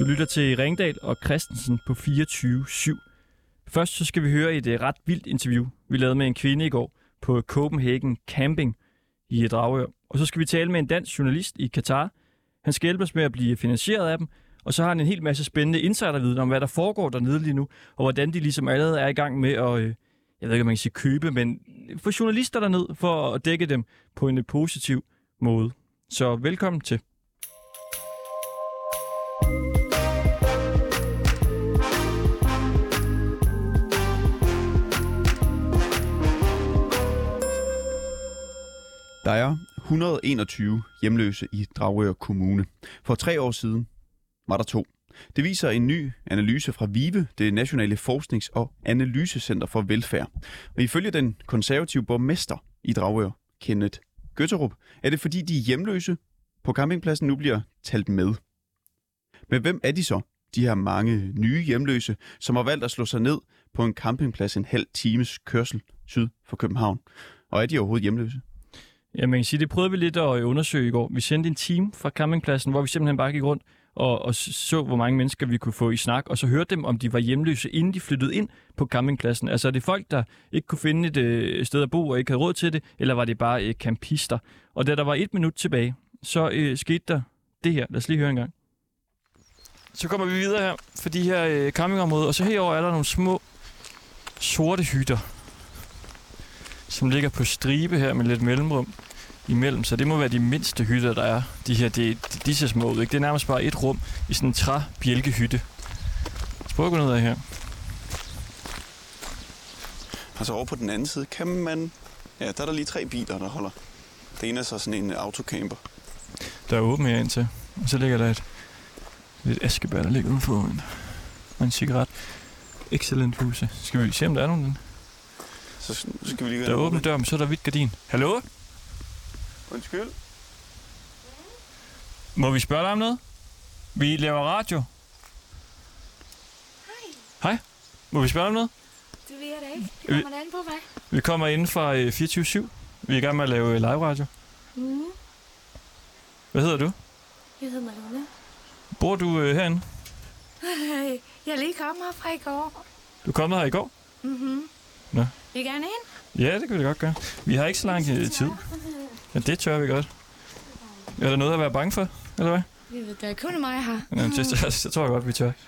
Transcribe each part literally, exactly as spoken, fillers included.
lytter til Ringdal og Christensen på fireogtyve syv. Først så skal vi høre et uh, ret vildt interview, vi lavede med en kvinde i går på Copenhagen Camping i Dragør. Og så skal vi tale med en dansk journalist i Katar. Han skal hjælpe os med at blive finansieret af dem. Og så har han en hel masse spændende insiderviden om, hvad der foregår dernede lige nu, og hvordan de ligesom allerede er i gang med at, øh, jeg ved ikke, om man kan sige købe, men få journalister derned for at dække dem på en positiv måde. Så velkommen til. Der er et hundrede og enogtyve hjemløse i Dragør Kommune. For tre år siden var der to. Det viser en ny analyse fra VIVE, det Nationale Forsknings- og Analysecenter for Velfærd. Og ifølge den konservative borgmester i Dragør, Kenneth Gøtterup, er det fordi de hjemløse på campingpladsen nu bliver talt med. Men hvem er de så, de her mange nye hjemløse, som har valgt at slå sig ned på en campingplads en halv times kørsel syd for København? Og er de overhovedet hjemløse? Ja, man kan sige, det prøvede vi lidt at undersøge i går. Vi sendte en team fra campingpladsen, hvor vi simpelthen bare gik rundt og, og så, hvor mange mennesker vi kunne få i snak, og så hørte dem, om de var hjemløse, inden de flyttede ind på campingpladsen. Altså, er det folk, der ikke kunne finde et øh, sted at bo og ikke havde råd til det, eller var det bare øh, campister? Og da der var et minut tilbage, så øh, skete der det her. Lad os lige høre en gang. Så kommer vi videre her for de her øh, campingområder, og så herover er der nogle små sorte hytter, som ligger på stribe her med lidt mellemrum imellem, så det må være de mindste hytter, der er. De her, det, de, de ser små ud, ikke? Det er nærmest bare et rum i sådan en træ-bjælkehytte. Så prøv at gå ned af her. Altså over på den anden side kan man... Ja, der er der lige tre biler, der holder. Det ene er så sådan en autocamper. Der er åben her indtil. Og så ligger der et, et askebær, der ligger udenfor en, og en cigaret. Excellent huse. Skal vi se, om der er nogen? Så skal vi lige... Der er åben dør, men så er der hvidt gardin. Hallo? Undskyld. Må vi spørge dig om noget? Vi laver radio. Hej. Hej. Må vi spørge om noget? Det ved jeg da ikke. Det kommer an på, hvad? Vi kommer inden fra øh, fireogtyve syv. Vi er i gang med at lave øh, live radio. Mm. Hvad hedder du? Jeg hedder Malone. Bor du øh, herinde? Jeg er lige kommet her fra i går. Du er kommet her i går? Mhm. Nå. Vil I gerne ind? Ja, det kan vi da godt gøre. Vi har ikke så lang øh, tid. Ja, det tør vi godt. Er der noget at være bange for, eller hvad? Jeg ved, der er kun mig her. Ja, det, det, det tror jeg godt, vi tør.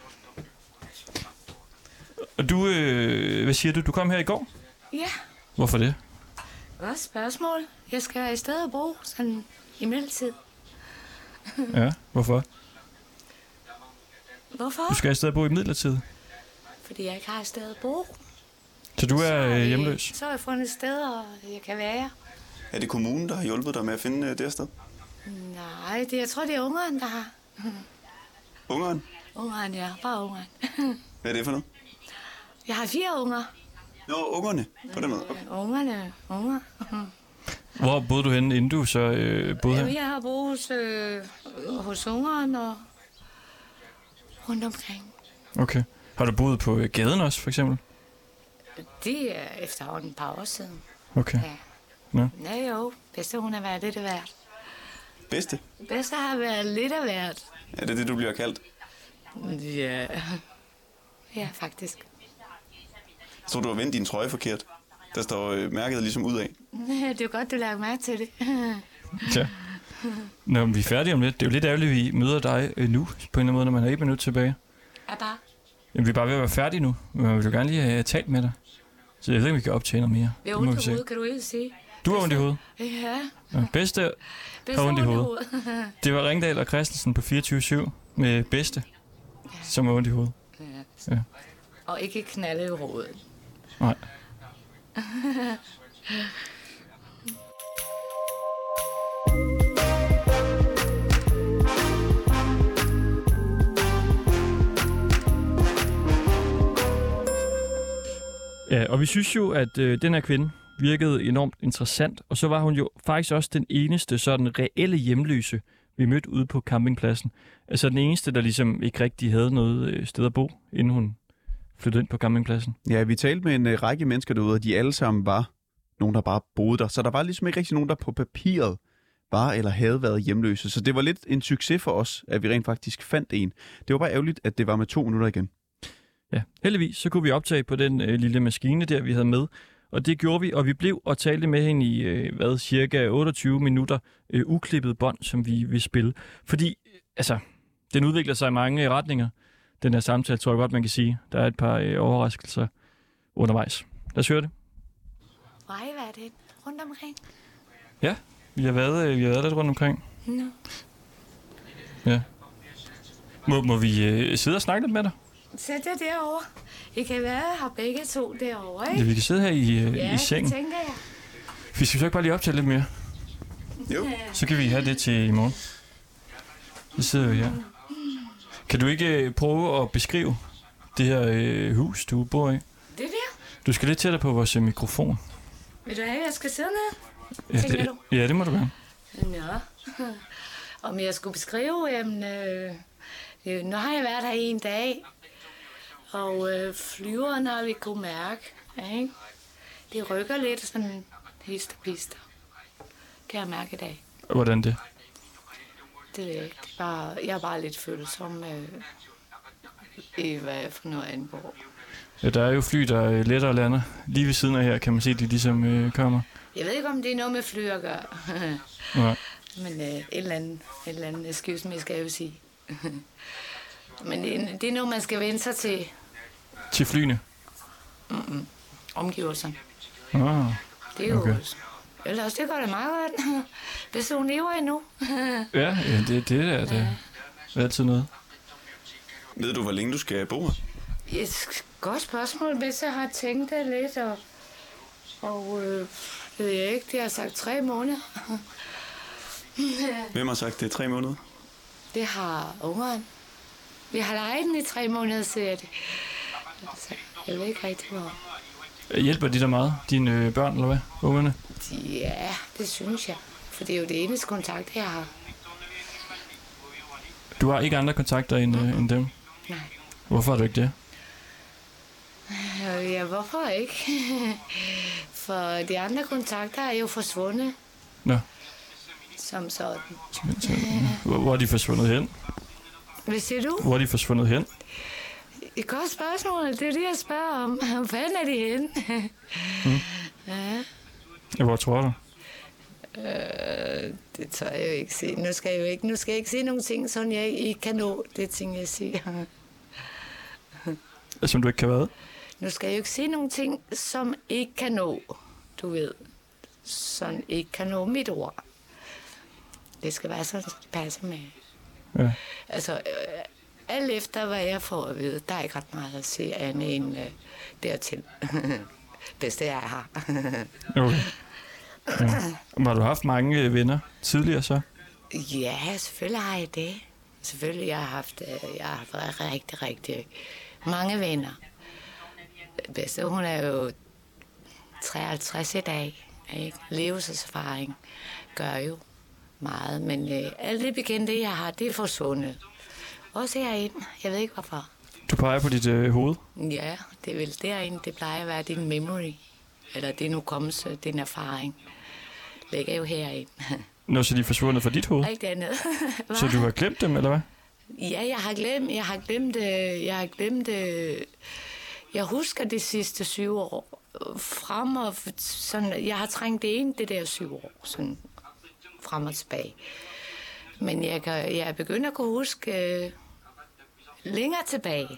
Og du, øh, hvad siger du? Du kom her i går? Ja. Hvorfor det? Godt spørgsmål. Jeg skal i stedet bo sådan i midlertid. Ja, hvorfor? Hvorfor? Du skal i stedet bo i midlertid. Fordi jeg ikke har et sted at bo. Så du er så, øh, hjemløs? Så har jeg fundet et sted, og jeg kan være. Er det kommunen, der har hjulpet dig med at finde det her sted? Nej, det, jeg tror, det er ungeren, der har. Ungeren? Ungeren, ja. Bare ungeren. Hvad er det for noget? Jeg har fire unger. Nå, ungerne. På den måde. Okay. Ungerne. Unger. Hvor boede du henne, inden du så øh, boede her? Jamen, jeg har boet hos, øh, hos ungeren og rundt omkring. Okay. Har du boet på øh, gaden også, for eksempel? Det er efterhånden et par år siden. Okay. Ja. Nå. Ja, jo. Bedste, hun har været lidt af hvert. Bedste? Bedste har været lidt af hvert. Er det det, du bliver kaldt? Ja. Ja, faktisk. Jeg tror, du har vendt din trøje forkert. Der står øh, mærket ligesom ud af. Det er godt, du lader mærke til det. Ja. Nå, men vi er færdige om lidt. Det er jo lidt ærgerligt, at vi møder dig øh, nu, på en eller anden måde, når man har et minut tilbage. Er bare? Jamen, vi er bare ved at være færdige nu. Men jeg vil jo gerne lige have talt med dig. Så jeg ved ikke, om vi kan optage noget mere. Det er ondt i hovedet, kan du ikke sige. Du har ondt i hovedet? Ja. Ja, bedste har ondt i hovedet. Det var Ringdal og Christensen på fireogtyve syv med bedste, ja. Som har ondt i hovedet. Ja. Ja. Og ikke knalde i hovedet. Nej. Ja, og vi synes jo, at øh, den her kvinde virkede enormt interessant, og så var hun jo faktisk også den eneste sådan reelle hjemløse, vi mødte ude på campingpladsen. Altså den eneste, der ligesom ikke rigtig havde noget øh, sted at bo, inden hun flyttede ind på campingpladsen. Ja, vi talte med en øh, række mennesker derude, og de alle sammen var nogen, der bare boede der. Så der var ligesom ikke rigtig nogen, der på papiret var eller havde været hjemløse. Så det var lidt en succes for os, at vi rent faktisk fandt en. Det var bare ærgerligt, at det var med to minutter igen. Ja, heldigvis så kunne vi optage på den øh, lille maskine der, vi havde med. Og det gjorde vi, og vi blev og talte med hende i, øh, hvad, cirka otteogtyve minutter øh, uklippet bånd, som vi vil spille. Fordi, øh, altså, den udvikler sig i mange retninger. Den her samtale, tror jeg godt, man kan sige. Der er et par øh, overraskelser undervejs. Lad os høre det. Hvor har I været hen? Rundt omkring? Ja, vi har været, øh, vi har været lidt rundt omkring. Nå. Ja. Må, må vi øh, sidde og snakke lidt med dig? Sæt jer derovre. I kan være her begge to derovre, ikke? Ja, vi kan sidde her i, øh, Ja, i sengen. det tænker jeg. Vi skal så ikke bare lige optage lidt mere. Jo. Så kan vi have det til i morgen. Så sidder vi her. Kan du ikke øh, prøve at beskrive det her øh, hus, du bor i? Det der? Du skal lidt tættere på vores øh, mikrofon. Vil du have, at jeg skal sidde ned? Ja, Tænker det, du? ja, det må du gerne. Nå. Om jeg skulle beskrive, jamen... Øh, øh, nu har jeg været her en dag, og øh, flyverne har vi kunne mærke, ikke? De rykker lidt sådan hister pister. Kan jeg mærke i dag. Hvordan det? Det ved jeg ikke. Det er bare, jeg er bare lidt følsom øh, i, hvad jeg for noget angår. Ja, der er jo fly, der øh, letter og lander. Lige ved siden af her kan man se, at de ligesom øh, kommer. Jeg ved ikke, om det er noget med fly at gøre. Ja. Men øh, et eller andet, et eller andet excuse me, skal jeg jo sige. Men det, det er noget, man skal vende sig til. Til flyene? Mm-mm. Omgivelser. Ah, Det er jo... okay. Ellers, det går det meget godt. Hvis hun lever endnu. ja, ja, det, det er det. Det er altid noget. Ved du, hvor længe du skal bo her? Et godt spørgsmål, hvis jeg har tænkt det lidt. Og, og øh, det ved jeg ikke, det har sagt tre måneder. Hvem har sagt, det er tre måneder? Det har ungeren. Vi har lejet den i tre måneder, siger det. Altså, jeg ved ikke rigtig, hvor... Hjælper de der meget, dine øh, børn, eller hvad? Ungerne? Ja, det synes jeg. For det er jo det eneste kontakt, jeg har. Du har ikke andre kontakter end, øh, end dem? Nej. Hvorfor har du ikke det? Ja, hvorfor ikke? For de andre kontakter er jo forsvundet. Nå. Som sådan. Hvor, hvor er de forsvundet hen? Hvad siger du? Hvor er de forsvundet hen? Et godt spørgsmål. Det er det, jeg spørger om. Hvor fanden er de henne? Mm. Ja. Ja, hvor tror du? Øh, det tør jeg jo ikke se. Nu skal jeg jo ikke, nu skal jeg ikke se nogle ting, sådan jeg ikke kan nå. Det er ting, jeg siger. Som du ikke kan hvad? Nu skal jeg jo ikke se nogle ting, som ikke kan nå. Du ved. Som ikke kan nå mit ord. Det skal være sådan, det passer med. Ja. Altså, øh, alt efter, hvad jeg får at vide, der er ikke ret meget at se andet end øh, dertil. Hvis det er her. Okay. Ja. Har du haft mange øh, venner tidligere så? Ja, selvfølgelig har jeg det. Selvfølgelig, jeg har haft, øh, jeg har haft rigtig, rigtig mange venner. Bedste, hun er jo treoghalvtreds i dag. Ikke? Levelseserfaring gør jo meget, men øh, alle de bekendte, jeg har, det er forsvundet. Også herinde. Jeg ved ikke, hvorfor. Du peger på dit øh, hoved? Ja, det er vel derinde. Det plejer at være din memory. Eller din hukommelse, din erfaring. Ligger jo herinde. Nå, så de er forsvundet fra dit hoved? Ikke andet. Så du har glemt dem, eller hvad? Ja, jeg har glemt, jeg har glemt, øh, jeg har glemt, øh, jeg husker de sidste syv år frem og sådan, jeg har trængt det ind det der syv år, sådan frem og tilbage. Men jeg, kan, jeg er begyndt at kunne huske øh, længere tilbage.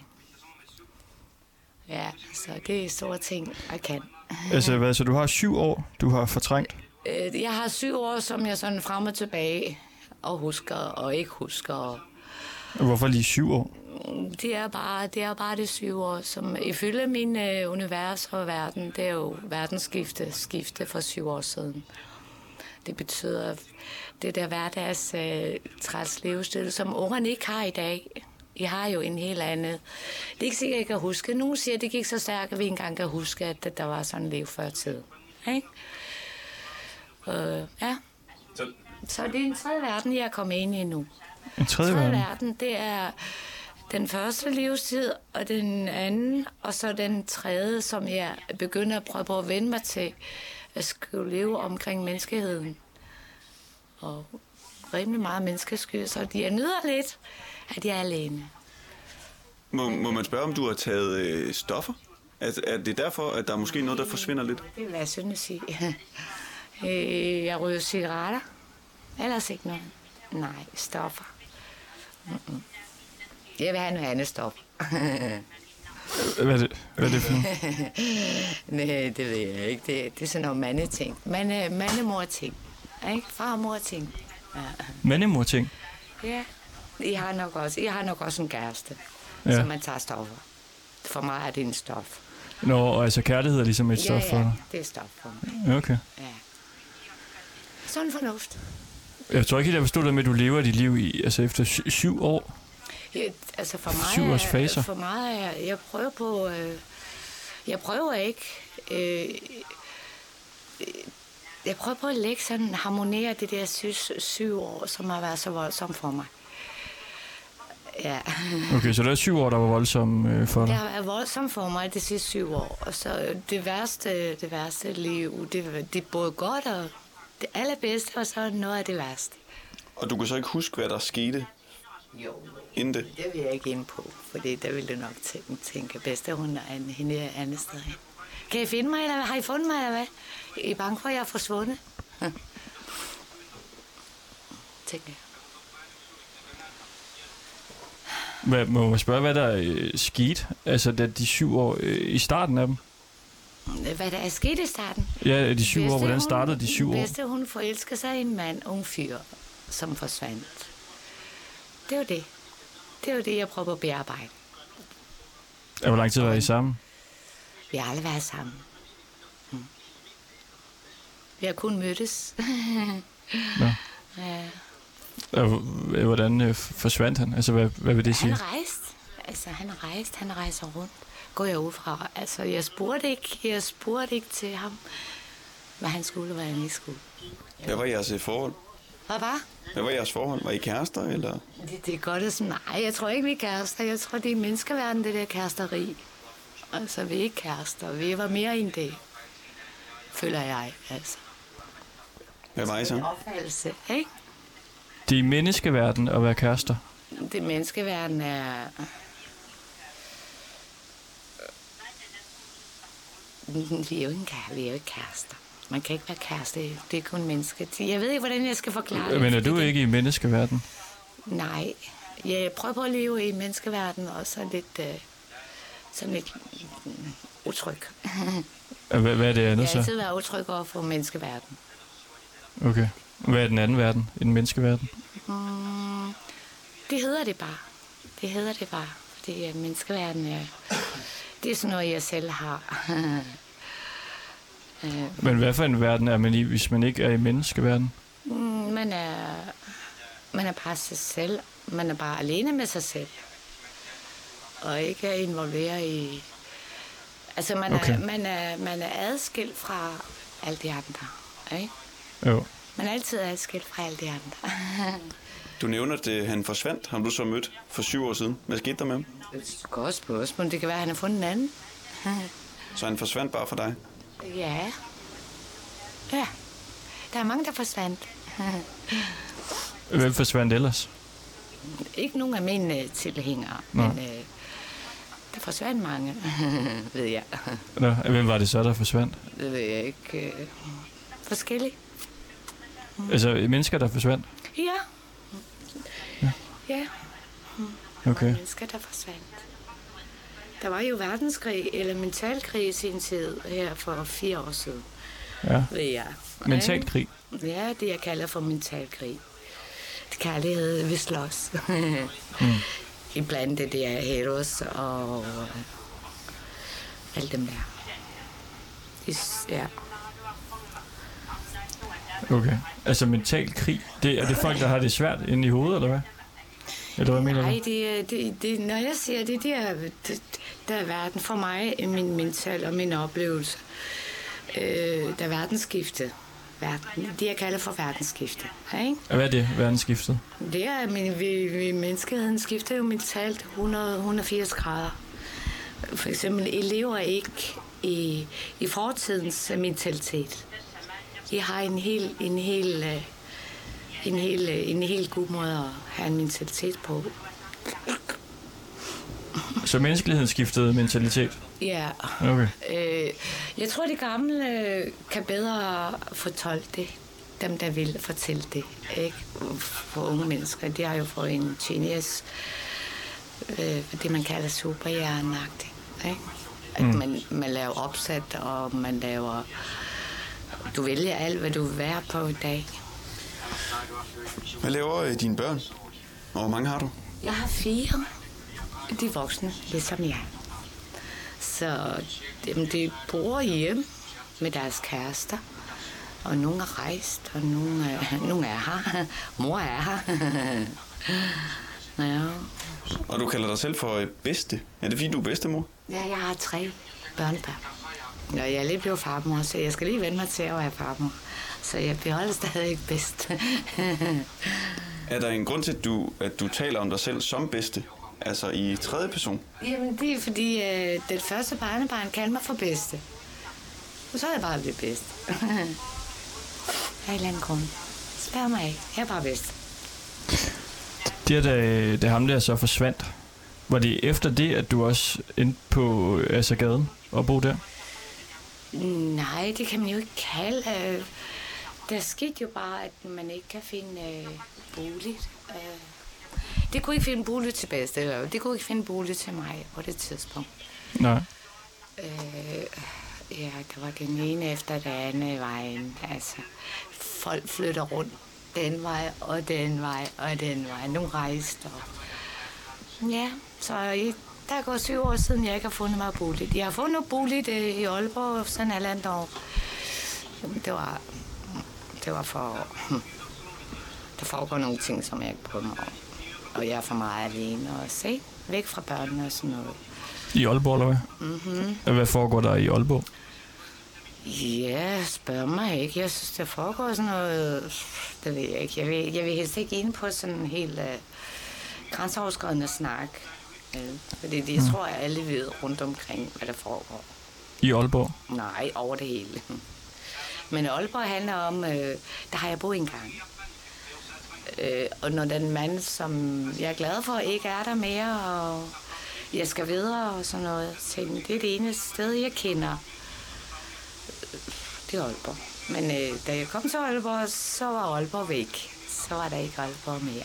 Ja, så det er store ting, jeg kan. Altså, hvad, så du har syv år, du har fortrængt? Øh, jeg har syv år, som jeg sådan frem og tilbage og husker og ikke husker. Og hvorfor lige syv år? Det er bare det, er bare det syv år, som ifølge min øh, univers og verden, det er jo verdensskifte, skifte for syv år siden. Det betyder, det der hverdags øh, træls levestil, som ungerne ikke har i dag. I har jo en helt andet. Det er ikke sikkert, jeg kan huske. Nogle siger, at det gik så stærkt, at vi engang kan huske, at der var sådan en liv før tid. Ikke? Øh, ja. Så. så det er en tredje verden, jeg er kommet ind i nu. En tredje, tredje verden? verden, det er den første livstid, og den anden, og så den tredje, som jeg begynder at prøve at vende mig til, at skulle leve omkring menneskeheden. og rimelig meget menneskesky, så jeg nyder lidt, at jeg er alene. Må, må man spørge, om du har taget øh, stoffer? Er, er det derfor, at der er måske noget, der forsvinder lidt? Det vil jeg synes at sige. øh, jeg ryger cigaretter. Ellers ikke noget. Nej, stoffer. Mm-mm. Jeg vil have noget andet stof. Hvad er det, hvad er det for noget? Nej, det ved jeg ikke. Det, det er sådan noget mandeting. Mande, mandemor-ting. Ikke? Far og mor-ting. Ja. Mandemor-ting? Ja. I har nok også, I har nok også en kæreste, ja. som man tager stoffer. For mig er det en stof. Nå, og altså kærlighed er ligesom et ja, stof for dig? Ja, det er stof for mig. Okay. Ja. Sådan fornuft. Jeg tror ikke helt, jeg forstod det med, at du lever dit liv i, altså efter sy- syv år. Ja, altså for mig, syv års faser. For mig er, jeg prøver på, øh, jeg prøver ikke, øh, jeg prøver på at lægge sådan, harmonere det der syv, syv år, som har været så voldsomt for mig. Ja. Okay, så det er syv år, der var voldsomt øh, for dig? Det har været voldsomt for mig de sidste syv år. Og så det værste, det værste liv, det, det er både godt og det allerbedste, og så noget af det værste. Og du kan så ikke huske, hvad der skete? Jo, inden det? Det vil jeg ikke ind på, for der vil du nok tænke, tænke bedst, at hun er hende et andet sted hen. Kan I finde mig, eller har I fundet mig, eller hvad? I er bange for, at jeg er forsvundet? Tænker jeg. Hvad, må man spørge, hvad der øh, skete, altså da de syv år øh, i starten af dem? Hvad der er sket i starten? Ja, de syv Bedste, år, hvordan hun, startede de syv år? Bedste, hun forelsker sig i en mand, ung fyr, som forsvandt. Det var det. Det var det, jeg prøver at bearbejde. Hvor lang tid var I sammen? Vi har aldrig været sammen. Hmm. Vi har kun mødtes. Ja. Ja. Og hvordan øh, forsvandt han? Altså, hvad, hvad vil det sige? Han rejste. Altså, han rejste. Han rejser rundt. Går jeg ud fra. Altså, jeg spurgte ikke, jeg spurgte ikke til ham, hvad han skulle, hvad han ikke skulle. Hvad var jeres forhold? Hvad var? Hvad var jeres forhold? Var I kærester, eller? Det, det er godt at sige, nej, jeg tror ikke, vi er kærester. Jeg tror, det er i menneskeverden, det der kæresteri. Altså, vi er ikke kærester. Vi var mere end det, føler jeg, altså. Hvad var I så? En opfattelse, ikke? Det er i menneskeverden at være kærester. Det menneskeverden er... Vi er jo ikke, vi er jo ikke kærester. Man kan ikke være kæreste. Det er kun mennesker. Jeg ved ikke, hvordan jeg skal forklare det. Men er du det... ikke i menneskeverden? Nej. Jeg prøver på at leve i menneskeverden, og så lidt... Øh, sådan lidt øh, utryg. Hvad, hvad er det andet så? Jeg har altid været utryg over for menneskeverden. Okay. Hvad er den anden verden? I den menneskeverden? Mm, det hedder det bare. Det hedder det bare. Fordi uh, menneskeverden er... Det er sådan noget, jeg selv har. uh, Men hvad for en verden er man i, hvis man ikke er i menneskeverden? Mm, man er... Man er bare sig selv. Man er bare alene med sig selv. Og ikke er involveret i... Altså, man, okay. er, man, er, man er adskilt fra alle de andre. Ikke? Jo. Man er altid adskilt fra alle de andre. Du nævner, at han forsvandt. Har du så mødt for syv år siden? Hvad skete der med ham? Det er godt spørgsmål. Det kan være, at han har fundet en anden. Så han forsvandt bare for dig? Ja. Ja. Der er mange, der forsvandt. Hvem forsvandt ellers? Ikke nogen af mine tilhængere, Nå. men øh, der forsvandt mange, ved jeg. Nå, hvem var det så, der forsvandt? Det ved jeg ikke. Øh, forskellige. Mm. Altså mennesker, der forsvandt? Ja. Ja. Ja. Okay. Mennesker, der forsvandt. Der var jo verdenskrig, eller mentalkrig i sin tid, her for fire år siden. Ja. Ved jeg. Mentalkrig? Ja, det jeg kalder for mentalkrig. Det kærlighed, vi slås. mm. Iblandt det der heros og alt dem der. Is, ja. Okay. Altså mental krig, det, er det folk, der har det svært inde i hovedet, eller hvad? Eller hvad mener du? Nej, det, det, det, når jeg siger det, det er, det, der er verden for mig, min mental og min oplevelse. Øh, der er verdensskifte. Verden, det jeg kalder for verdensskifte. Ikke? Og hvad er det, verdensskiftet? Det er, men vi, vi, menneskeheden skifter jo mentalt hundrede til hundrede og firs grader. For eksempel, I lever ikke i, i fortidens mentalitet. I har en hel, en hel uh, en helt, en helt god måde at have en mentalitet på. Så menneskeligheden skiftede mentalitet? Ja. Okay. Øh, jeg tror, de gamle kan bedre fortolke det. Dem, der vil fortælle det. Ikke? For unge mennesker, de har jo fået en genius, øh, det man kalder superhjerneagtigt. Ikke? At mm. man, man laver opsat, og man laver... Du vælger alt, hvad du vil være på i dag. Hvad laver dine børn? Og hvor mange har du? Jeg har fire. De er voksne, ligesom jeg. Så dem, de bor hjemme med deres kærester. Og nogle er rejst, og nogle er, nogle er her. Mor er her. Ja. Og du kalder dig selv for bedste. Er det fordi, du er bedstemor? Ja, jeg har tre børnebørn. Og jeg er lige blevet farmor, så jeg skal lige vende mig til at være farmor. Så jeg beholder stadig bedst. Er der en grund til, at du, at du taler om dig selv som bedste? Altså i tredje person? Jamen, det er fordi, øh, det første barnebarn kaldte mig for bedste. Og så er jeg bare blevet bedst. Af en eller anden grund. Spørg mig ikke. Jeg er bare bedst. Det, da, da ham der så forsvandt, var det efter det, at du også endte på altså gaden og bo der? Nej, det kan man jo ikke kalde. Der skete jo bare, at man ikke kan finde øh, bolig. Øh, det kunne ikke finde bolig til bedste. Det kunne ikke finde bolig til mig på det tidspunkt. Nej. Øh, ja, der var den ene efter den anden vejen. Altså, folk flytter rundt den vej og den vej og den vej. Nogle rejste. Og... Ja, så der er gået syv år siden, jeg ikke har fundet mig bolig. Jeg har fundet bolig i Aalborg sådan et eller andet år. Det var, det var for... Der foregår nogle ting, som jeg ikke prøver mig om. Og jeg er for meget alene og se væk fra børnene og sådan noget. I Aalborg, eller hvad? Mm-hmm. Hvad foregår der i Aalborg? Ja, spørg mig ikke. Jeg synes, der foregår sådan noget... Det ved jeg ikke. Jeg vil, jeg vil helst ikke ind på sådan en helt uh, grænseoverskridende snak. Uh, fordi det, jeg tror, at alle ved rundt omkring, hvad der foregår. I Aalborg? Nej, over det hele. Men Aalborg handler om... Uh, der har jeg boet engang. Uh, og når den mand, som jeg er glad for, ikke er der mere, og jeg skal videre og sådan noget, så det er det eneste sted, jeg kender. Det er Aalborg. Men øh, da jeg kom til Aalborg, så var Aalborg væk. Så var der ikke Aalborg mere.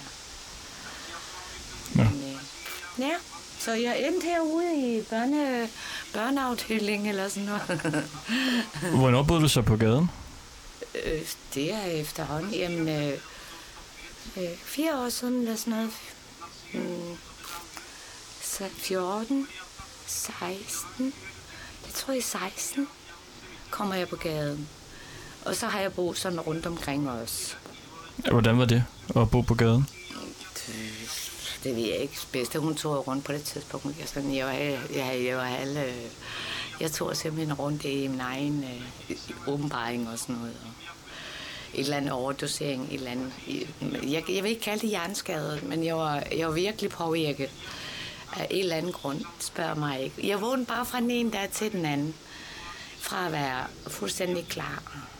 Ja. Men, øh, ja, så jeg endte herude i børne, børneafdeling eller sådan noget. Hvornår boede du så på gaden? øh, det er efterhånden, jamen, øh, øh, fire år siden eller sådan noget. Mm, så fjorten, seksten, jeg tror i seksten. Kommer jeg på gaden. Og så har jeg boet sådan rundt omkring os. Hvordan var det at bo på gaden? Det, det ved jeg ikke. Bedste, hun tog rundt på det tidspunkt. Jeg, sådan, jeg, var, jeg, jeg, var halv, jeg tog simpelthen rundt i min egen øh, åbenbaring og sådan noget. Og et eller andet overdosering. Et eller andet. Jeg, jeg vil ikke kalde det hjerneskadet, men jeg var, jeg var virkelig påvirket af en eller anden grund. Spørg mig ikke. Jeg vågnede bare fra den ene dag til den anden. Fra at være fuldstændig klar.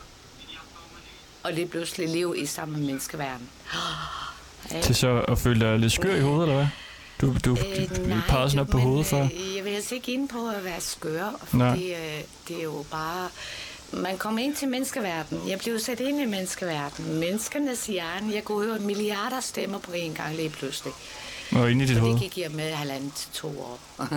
Og lige pludselig leve i samme menneskeverden. Oh, til så at føle dig lidt skør i hovedet, eller hvad? Du, du, øh, du nej, pegede sådan op på hovedet før. Jeg vil altså ikke ind på at være skør, fordi øh, det er jo bare... Man kommer ind til menneskeverdenen. Jeg blev sat ind i menneskeverdenen. Menneskernes hjerne. Jeg kunne høre milliarder stemmer på en gang lige pludselig. Og inde i dit og hoved? det gik jeg med halvandet til to år. og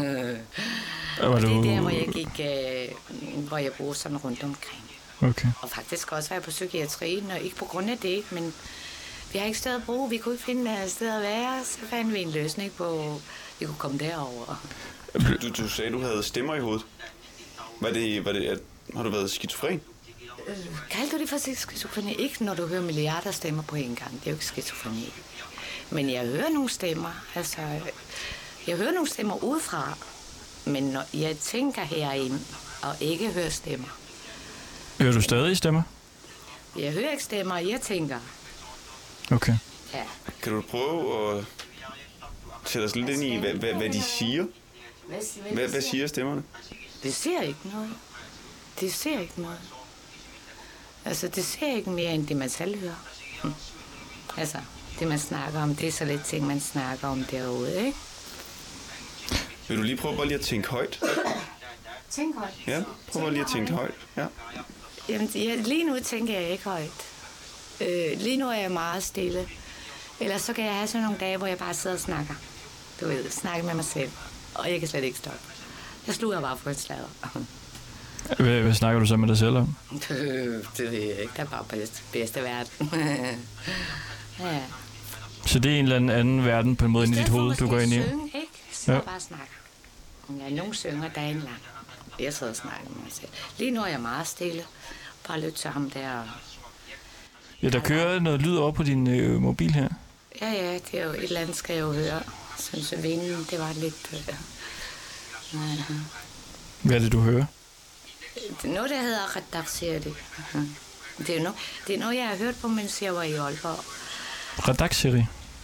og det du... er der, hvor jeg gik, øh, hvor jeg boede sådan rundt omkring. Okay. Og faktisk også være på psykiatrien, og ikke på grund af det, men vi har ikke sted at bruge. Vi kunne ikke finde et sted at være, så fandt vi en løsning på, vi kunne komme derover. Du, du sagde, du havde stemmer i hovedet. Var det, var det, at, har du været skizofren? Øh, kaldte du det for skizofreni? Ikke når du hører milliarder stemmer på en gang. Det er jo ikke skizofreni. Men jeg hører nogle stemmer. Altså, jeg hører nogle stemmer udefra. Men når jeg tænker herinde, og ikke hører stemmer. Hører du stadig stemmer? Jeg hører ikke stemmer, jeg tænker. Okay. Ja. Kan du prøve at sætte os lidt ind i, hvad, hvad, hvad de siger? Hvad, hvad, hvad, hvad siger stemmerne? Det ser ikke noget. Det ser ikke noget. Altså, det ser ikke mere, end det man selv hører. Hm. Altså, det man snakker om, det er så lidt ting, man snakker om derude, ikke? Vil du lige prøve bare lige at tænke højt? Tænk højt. Ja, prøv bare lige at tænke højt. Ja. Jamen, ja, lige nu tænker jeg ikke højt. Øh, lige nu er jeg meget stille. Ellers så kan jeg have sådan nogle dage, hvor jeg bare sidder og snakker. Du ved, snakker med mig selv. Og jeg kan slet ikke stoppe. Jeg sluger bare på et sladder. Hvad, hvad snakker du så med dig selv om? Det ved jeg ikke. Der er bare bedste, bedste verden. Ja. Så det er en eller anden, anden verden på en måde ind i dit hoved, du går ind i? Synge, ikke? Så Ja. ja. bare snakker. Ja, nogen synger dagen lang. Jeg sidder og snakker med mig selv. Lige nu er jeg meget stille. Bare lytte til ham der. Ja, der kører noget lyd over på din øh, mobil her. Ja, ja, det er jo et eller andet, skal jeg jo høre. Synes jeg, vinden, det var lidt... Øh, øh, Hvad er det, du hører? det er noget, der hedder redakteret det. Det er, no, det er noget, jeg har hørt på, mens jeg var i Aalborg. Redaktserie.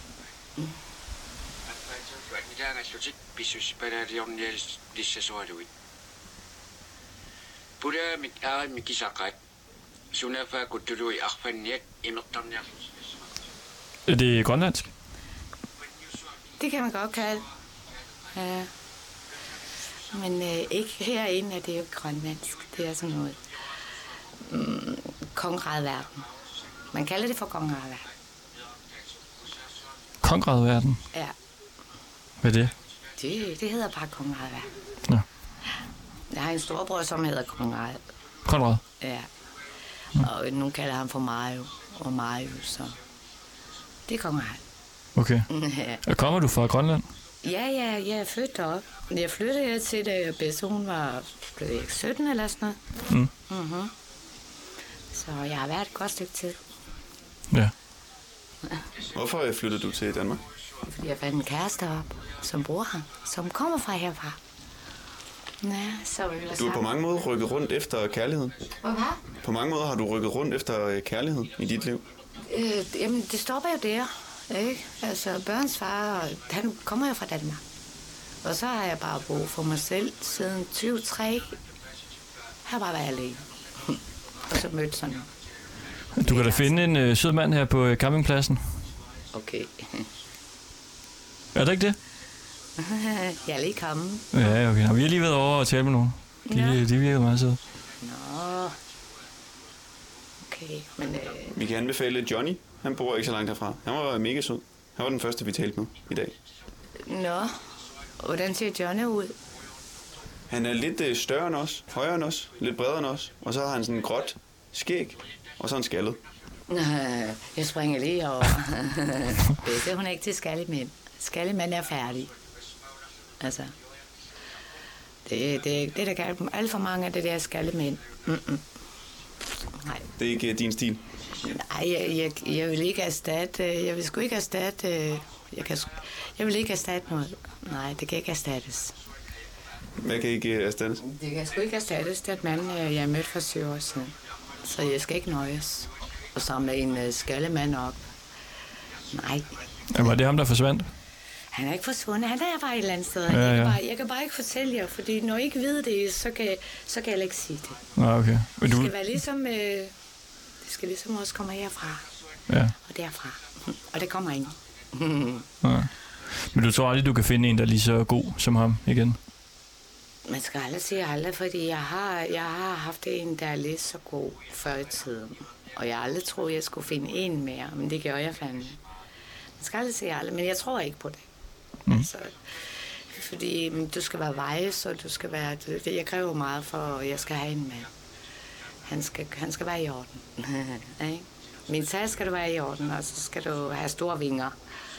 Er det grønlandsk? Det kan man godt kalde. Ja. Men øh, ikke herinde er det jo grønlandsk. Det er sådan noget mm, kongradverden. Man kalder det for kongradverden. Kongradverden? Ja, Hvad er det? det, det hedder bare kongradverden. Nå. Jeg har en storbror, som hedder Konrad. Konrad? Ja. Og nogen kalder ham for Mario og Mario, så det er Konrad. Okay. Ja. Og kommer du fra Grønland? Ja, ja, jeg er flyttet op. Jeg flyttede her til, da bedste hun var blevet sytten eller sådan noget. Mm. Mm-hmm. Så jeg har været et godt stykke tid. Ja. Hvorfor flyttede du til Danmark? Fordi jeg fandt en kæreste op, som bor her, som kommer fra herfra. Ja, så vi Du er på mange måder rykket rundt efter kærligheden. Hvad? På mange måder har du rykket rundt efter kærlighed i dit liv. Øh, jamen, det stopper jo der, ikke? Altså, børns far, han kommer jo fra Danmark. Og så har jeg bare boet for mig selv siden tyve tre. Jeg har bare været alene. Og så mødte sådan. Du kan da finde en øh, sød mand her på øh, campingpladsen. Okay. Er det ikke det? Jeg er lige kommet. Ja, okay. Nå, vi har lige været over og tale med nogen. De, Ja. de virker meget søde. Nå. Okay, men... Øh, Vi kan anbefale Johnny. Han bor ikke så langt herfra. Han var mega sød. Han var den første, vi talte med i dag. nå. Hvordan ser Johnny ud? Han er lidt øh, større end os, højere end os, lidt bredere end os. Og så har han sådan en gråt skæg, og så er han skaldet. Øh, Jeg springer lige over. Det er hun ikke til skallemænd. Skallemænd er færdig. Altså. Det, det, det der kan alt for mange af det der skallemænd. Mm-mm. Nej. Det er ikke øh, din stil. Nej, jeg, jeg, jeg vil ikke erstatte... Jeg vil sgu ikke erstatte... Jeg, kan, sgu- jeg vil ikke erstatte noget. Nej, det kan ikke erstattes. Hvad kan ikke øh, erstattes? Det kan sgu ikke erstattes. Det er et mand, jeg har mødt for syv år siden. Så jeg skal ikke nøjes og samle en uh, skallemand op. Nej. Ja, var det ham, der forsvandt? Han er ikke forsvundet. Han er bare et eller andet sted. Ja, Jeg, ja. kan bare, jeg kan bare ikke fortælle jer, fordi når I ikke ved det, så kan, så kan jeg ikke sige det. Nå, okay. Men Det du... skal være ligesom... Øh, det skal ligesom også komme herfra Ja. og derfra. Og det kommer ind. Ja. Men du tror aldrig, du kan finde en, der er lige så god som ham igen? Man skal aldrig sige aldrig, fordi jeg har, jeg har haft en, der er lidt så god før i tiden. Og jeg aldrig troede, jeg skulle finde en mere, men det gør jeg fandme. Man skal aldrig sige aldrig, men jeg tror ikke på det. Mm. Altså, fordi men du skal være wise, og du skal være... Det, jeg kræver meget for, at jeg skal have en mand. Han skal, han skal være i orden. Ikke? Min sag skal du være i orden, og så skal du have store vinger.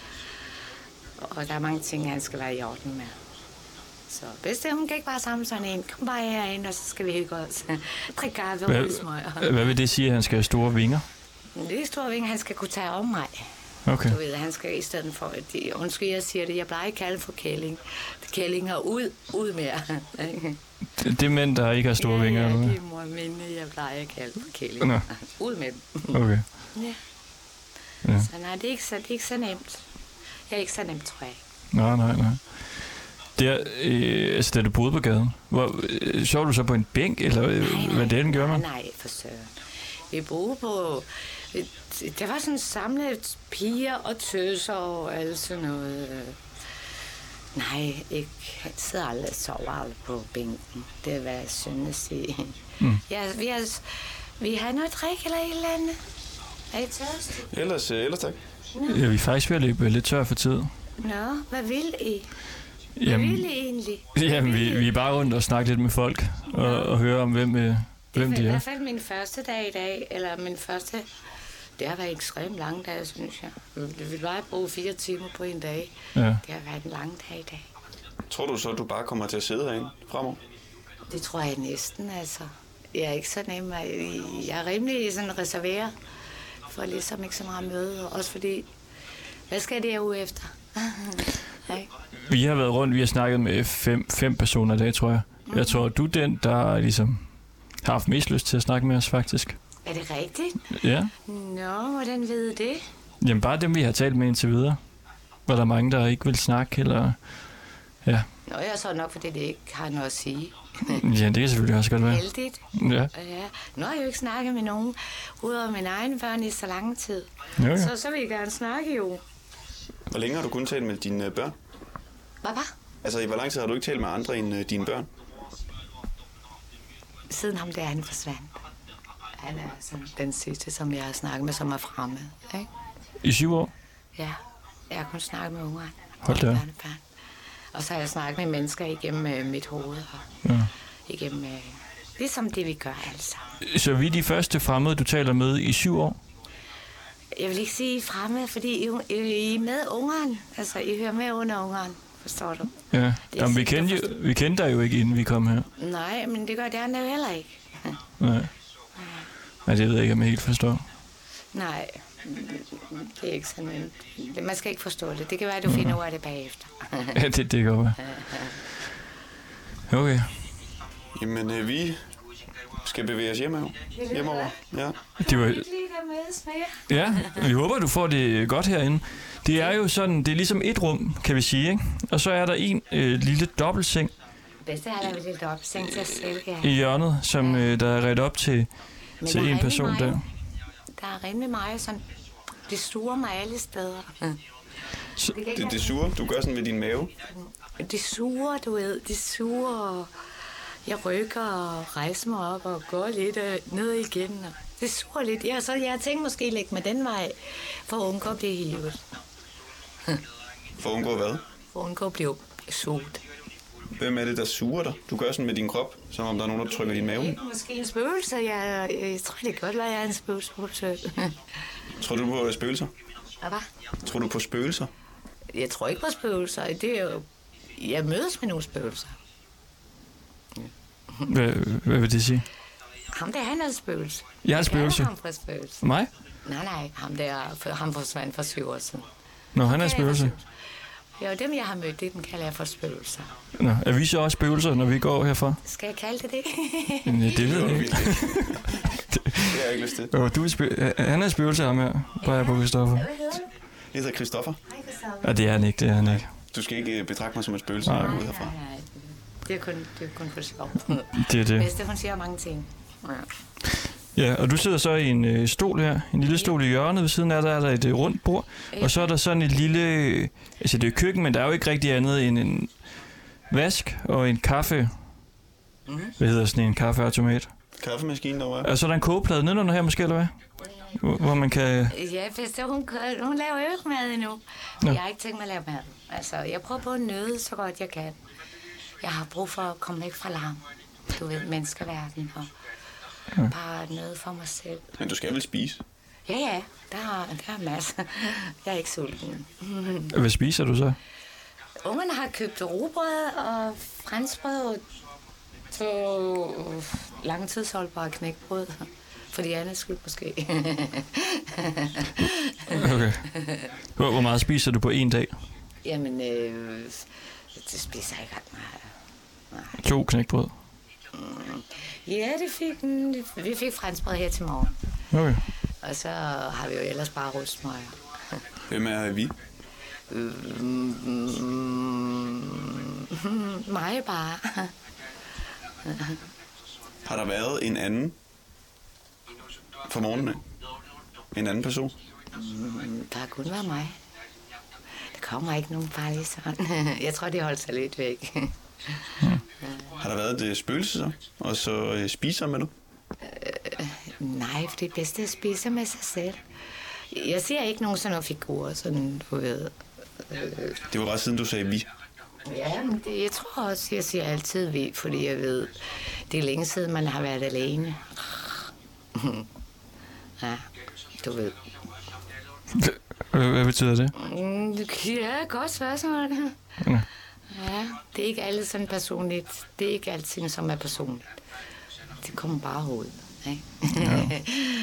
Og der er mange ting, han skal være i orden med. Så bedste, hun kan ikke bare samle sådan en. Kom bare herind, og så skal vi hygge os. Drik kaffe og Hvad, hvad vil det sige, at han skal have store vinger? Det er store vinger, han skal kunne tage om mig. Okay. Du ved, han skal i stedet for... De, undskyld, jeg siger det. Jeg plejer ikke at kalde for kælling. Kællinger ud, ud mere. Det, det er mænd, der ikke har store ja, vinger? Ja, eller hvad? det er mor mine, jeg plejer at kalde for kællinger. Nå. Ud med dem. Okay. Ja. Ja. Så nej, det er, ikke så, det er ikke så nemt. Jeg er ikke så nemt, tror jeg. Nej, nej, nej. Der, øh, altså, da du boede på gaden, hvor, øh, sov du så på en bænk, eller øh, Nej, hvad det den gør man? Nej, nej, for søren. Vi boede på, Det var sådan samlet piger og tøser og alt sådan noget. Nej, ikke. Jeg sidder aldrig og sover aldrig på bænken. Det er, hvad jeg synes at sige. Mm. Ja, vi, har, vi har noget drik eller et eller andet. Er I tørste? Ellers, ellers tak. Ja, vi er faktisk ved at løbe lidt tør for tid. Nå, hvad vil I? Hvad Jamen, vil I egentlig? Jamen, vi, vi er bare rundt og snakker lidt med folk og, og høre om, hvem, øh, hvem de Det er i er. hvert fald min første dag i dag, eller min første... Det har været ekstremt lang dag, synes jeg. Vi vil bare bruge fire timer på en dag. Ja. Det har været en lang dag i dag. Tror du så, at du bare kommer til at sidde herinde fremover? Det tror jeg næsten, altså. Jeg er ikke så nem. Jeg er rimelig sådan reserveret for ligesom ikke så meget møde. Også fordi, hvad skal det uge efter? Hey. Vi har været rundt, vi har snakket med fem, fem personer i dag, tror jeg. Mm-hmm. Jeg tror, du er den, der ligesom har haft mest lyst til at snakke med os, faktisk. Er det rigtigt? Ja. Nå, hvordan ved det? Jamen bare dem, vi har talt med indtil videre. Var der mange, der ikke vil snakke, eller... Ja. Nå, jeg så nok, fordi det ikke har noget at sige. Ja, det kan selvfølgelig også godt være. Heldigt. Ja. Ja. Nu har jeg jo ikke snakket med nogen, udover mine egne børn i så lang tid. Jo, jo. Så, så vil jeg gerne snakke jo. Hvor længe har du kun talt med dine børn? Hvad var? Altså, i hvor lang tid har du ikke talt med andre end uh, dine børn? Siden ham der, han forsvandt. Han er sådan den sidste, som jeg har snakket med, som er fremme. Ikke? I syv år? Ja, jeg har kun snakket med ungerne. Hold da. Og så har jeg snakket med mennesker igennem øh, mit hoved. Og Ja. Igennem, øh, ligesom det, vi gør altså. Så vi er de første fremmede, du taler med i syv år? Jeg vil ikke sige fremme, fordi I, I er med ungeren. Altså, I hører med under ungeren. Forstår du? Ja. Jamen, vi, kendte jo, vi kendte dig jo ikke, inden vi kom her. Nej, men det gør det andet heller ikke. Nej. Nej, det ved jeg ikke, om jeg helt forstår. Nej, det er ikke sådan. Men man skal ikke forstå det. Det kan være, at du finder ud af det bagefter. Ja, det, det kan godt være. Okay. Jamen, øh, vi skal bevæge os hjemover. hjemover. Ja. Det var... Ja, vi håber, du får det godt herinde. Det er jo sådan, det er ligesom et rum, kan vi sige, ikke? Og så er der en øh, lille dobbeltseng. Bedste har lavet lidt dobbeltseng til at selv, ja. I hjørnet, som øh, der er ret op til, til en person der. Der er rimelig meget sådan, det suger mig alle steder. Så, det, det suger? Du gør sådan ved din mave? Det suger, du ved. Det suger, og jeg rykker og rejser mig op og går lidt øh, ned igen. Og det suger lidt. Ja, så jeg tænkte måske lægge mig den vej, for at undgå at blive hivet. For at undgå hvad? For at undgå at blive suget. Hvem er det, der suger dig? Du gør sådan med din krop, som om der er nogen, der trykker din mave. Måske en spøgelse. Jeg, jeg tror, det kan godt være, at jeg er en spøgelse. Tror du på spøgelser? Hvad? Tror du på spøgelser? Jeg tror ikke på spøgelser. Det er jo... Jeg mødes med nogle spøgelser. hvad, hvad vil det sige? Ham der, han er et spøgelse. Jeg er et spøgelse? Jeg ham for et spøgelse. Mig? Nej, nej. Ham der, ham forsvandt for syv år siden. Nå, han er et spøgelse. Jo, dem jeg har mødt, det dem kalder jeg for spøgelser. Nå, er vi så også spøgelser, når vi går herfra? Skal jeg kalde det det? Ja, det ved jeg ikke. Det har jeg ikke lyst til. Oh, du er spø- han er et spøgelse, ham her. Bare på Christoffer. Hvad hedder du? Jeg hedder Christoffer. Hej, Christoffer. Ja, det er han ikke, det er han ikke. Du skal ikke betragte mig som et spøgelse, når jeg går ud herfra. Nej, nej. Det er kun, det er kun for sjov. Det er det. Bedste, hun siger mange ting. Ja. Ja, og du sidder så i en øh, stol her, en lille stol i hjørnet. Ved siden af der er der et øh, rundt bord, og så er der sådan et lille, øh, altså det er køkken, men der er jo ikke rigtig andet end en vask og en kaffe. Mm. Hvad hedder sådan en kaffeautomat? Kaffemaskine derovre. Og så er der en kogeplade nedenunder her måske, eller hvad? Hvor, hvor man kan... Ja, bedste, hun, hun laver jo ikke mad endnu. Ja. Jeg har ikke tænkt mig at lave mad. Altså, jeg prøver på at nøde så godt jeg kan. Jeg har brug for at komme væk fra larm. Du ved, menneskeverden og ja. Bare noget for mig selv. Men du skal vel spise? Ja, ja. Der er, der er masser. Jeg er ikke sulten. Hvad spiser du så? Ungerne har købt rugbrød og franskbrød og to langtidsholdbare knækbrød. For de andre skyld måske. Okay. Hvor, hvor meget spiser du på en dag? Jamen, øh, det spiser jeg ikke ret meget. Nej. To knækbrød? Mm. Ja, det fik den. Vi fik franskbrød her til morgen. Okay. Og så har vi jo ellers bare rødsmøger. Hvem er vi? Mm, mig bare. Har der været en anden for morgenen? en anden person? Mm, der har kun været mig. Der kommer ikke nogen farlige sådan. Jeg tror, de holder sig lidt væk. Hmm. Har der været et spøgelse så? Og så øh, spiser med nu? Øh, nej, for det er bedst at spise med sig selv. Jeg ser ikke nogen sådan nogle figurer, sådan du ved. Øh, det var bare siden du sagde vi. Ja, men det, jeg tror også, jeg siger altid vi, fordi jeg ved, det er længe siden, man har været alene. Ja, du ved. Hvad betyder det? Ja, godt spørgsmål. Ja. Ja, det er ikke alle sådan personligt. Det er ikke alting, som er personligt. Det kommer bare ud. Ikke? Ja.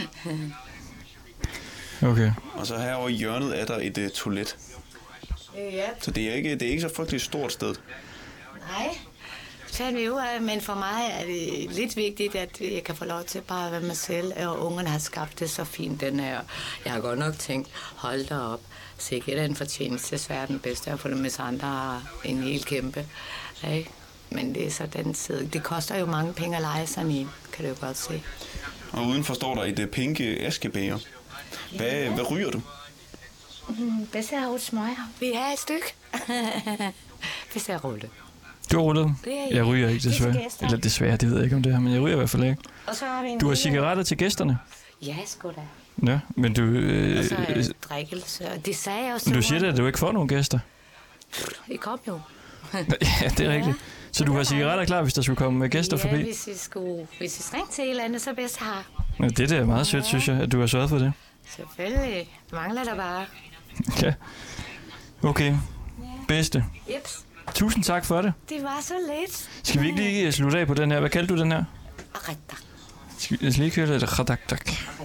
Okay. Og så herovre i hjørnet er der et uh, toilet. Ja. Så det er ikke, det er ikke så frygteligt stort sted. Nej, fandt vi ud af, men for mig er det lidt vigtigt, at jeg kan få lov til bare at være mig selv, og ungerne har skabt det så fint, den her. Jeg har godt nok tænkt, hold da op, sikkert er en fortjeneste, så er den bedste at få det med sig andre har en helt kæmpe. Ikke? Men det er så den side. Det koster jo mange penge at lege sådan en, kan du jo godt se. Og udenfor står der et uh, pinke askebæger. Hvad, ja. hvad ryger du? Mm, Hvis jeg har rullet smøger. Vi har et stykke. Hvis jeg har rullet. Du har rullet? Jeg ryger ikke, desværre. Eller desværre, det ved jeg ikke om det her, men jeg ryger i hvert fald ikke. Og så har vi en du har cigaretter til gæsterne? Ja, sgu da. Ja, men du... Øh, og så er øh, drikkelse. Det sagde jeg også. Men du siger da, at du ikke får nogen gæster. I kom jo. Ja, det er rigtigt. Så du har cigaretter klar, hvis der skulle komme gæster ja, forbi? Ja, hvis I skulle... Hvis I strængte til et eller andet, så bedst har. Ja, det er meget sødt, synes jeg, at du har sørget for det. Selvfølgelig. Mangler der bare. Ja. Okay. Bedste. Jeps. Tusind tak for det. Det var så let. Skal vi ikke lige slutte af på den her? Hvad kaldte du den her? Aretak. Skal vi lige køre det? Aretak. Jeg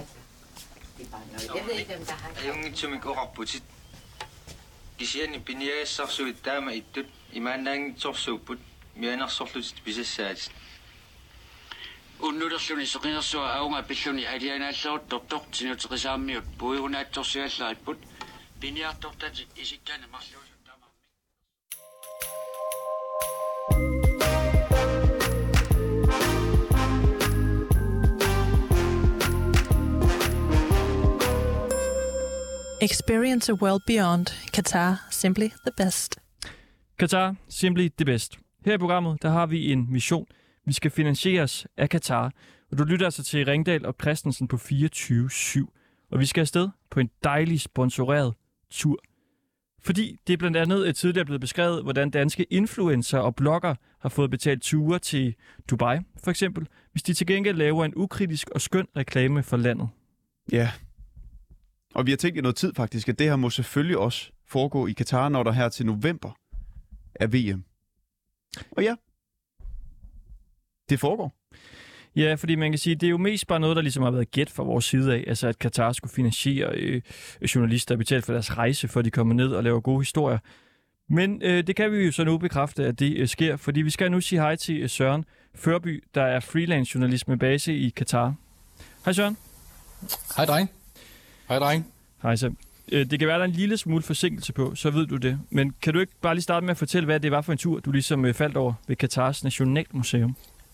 ved ikke, hvem der har det. Yung itsumik orapputit. Kisiani piniassarsuit taama ittut imaannaangit sorsuupput mianarsorlutit pisassaat. Unnulerluni seqinерсуа аунга пиллуни алианааллерут тортор тинутеқисааммиут пуигунаатсорсиаллаариппут пиниартортати исиккана марлуусут таамаамми. Experience a world beyond. Qatar, simply the best. Qatar, simply the best. Her i programmet, der har vi en mission. Vi skal finansieres af Qatar. Og du lytter altså til Ringdal og Christensen på fireogtyve syv. Og vi skal afsted på en dejlig sponsoreret tur. Fordi det er blandt andet tidligere blevet beskrevet, hvordan danske influencer og blogger har fået betalt ture til Dubai, for eksempel, hvis de til gengæld laver en ukritisk og skøn reklame for landet. Ja. Og vi har tænkt i noget tid faktisk, at det her må selvfølgelig også foregå i Qatar, når der her til november er V M. Og ja, det foregår. Ja, fordi man kan sige, det er jo mest bare noget, der ligesom har været gæt fra vores side af, altså at Qatar skulle finansiere øh, journalister, der betalt for deres rejse, for de kommer ned og laver gode historier. Men øh, det kan vi jo så nu bekræfte, at det øh, sker, fordi vi skal nu sige hej til øh, Søren Førby, der er freelance journalist med base i Qatar. Hej Søren. Hej dreng. Hej dreng. Hej så. Det kan være, der er en lille smule forsinkelse på, så ved du det. Men kan du ikke bare lige starte med at fortælle, hvad det var for en tur, du ligesom faldt over ved Qatars Nationalmuseum?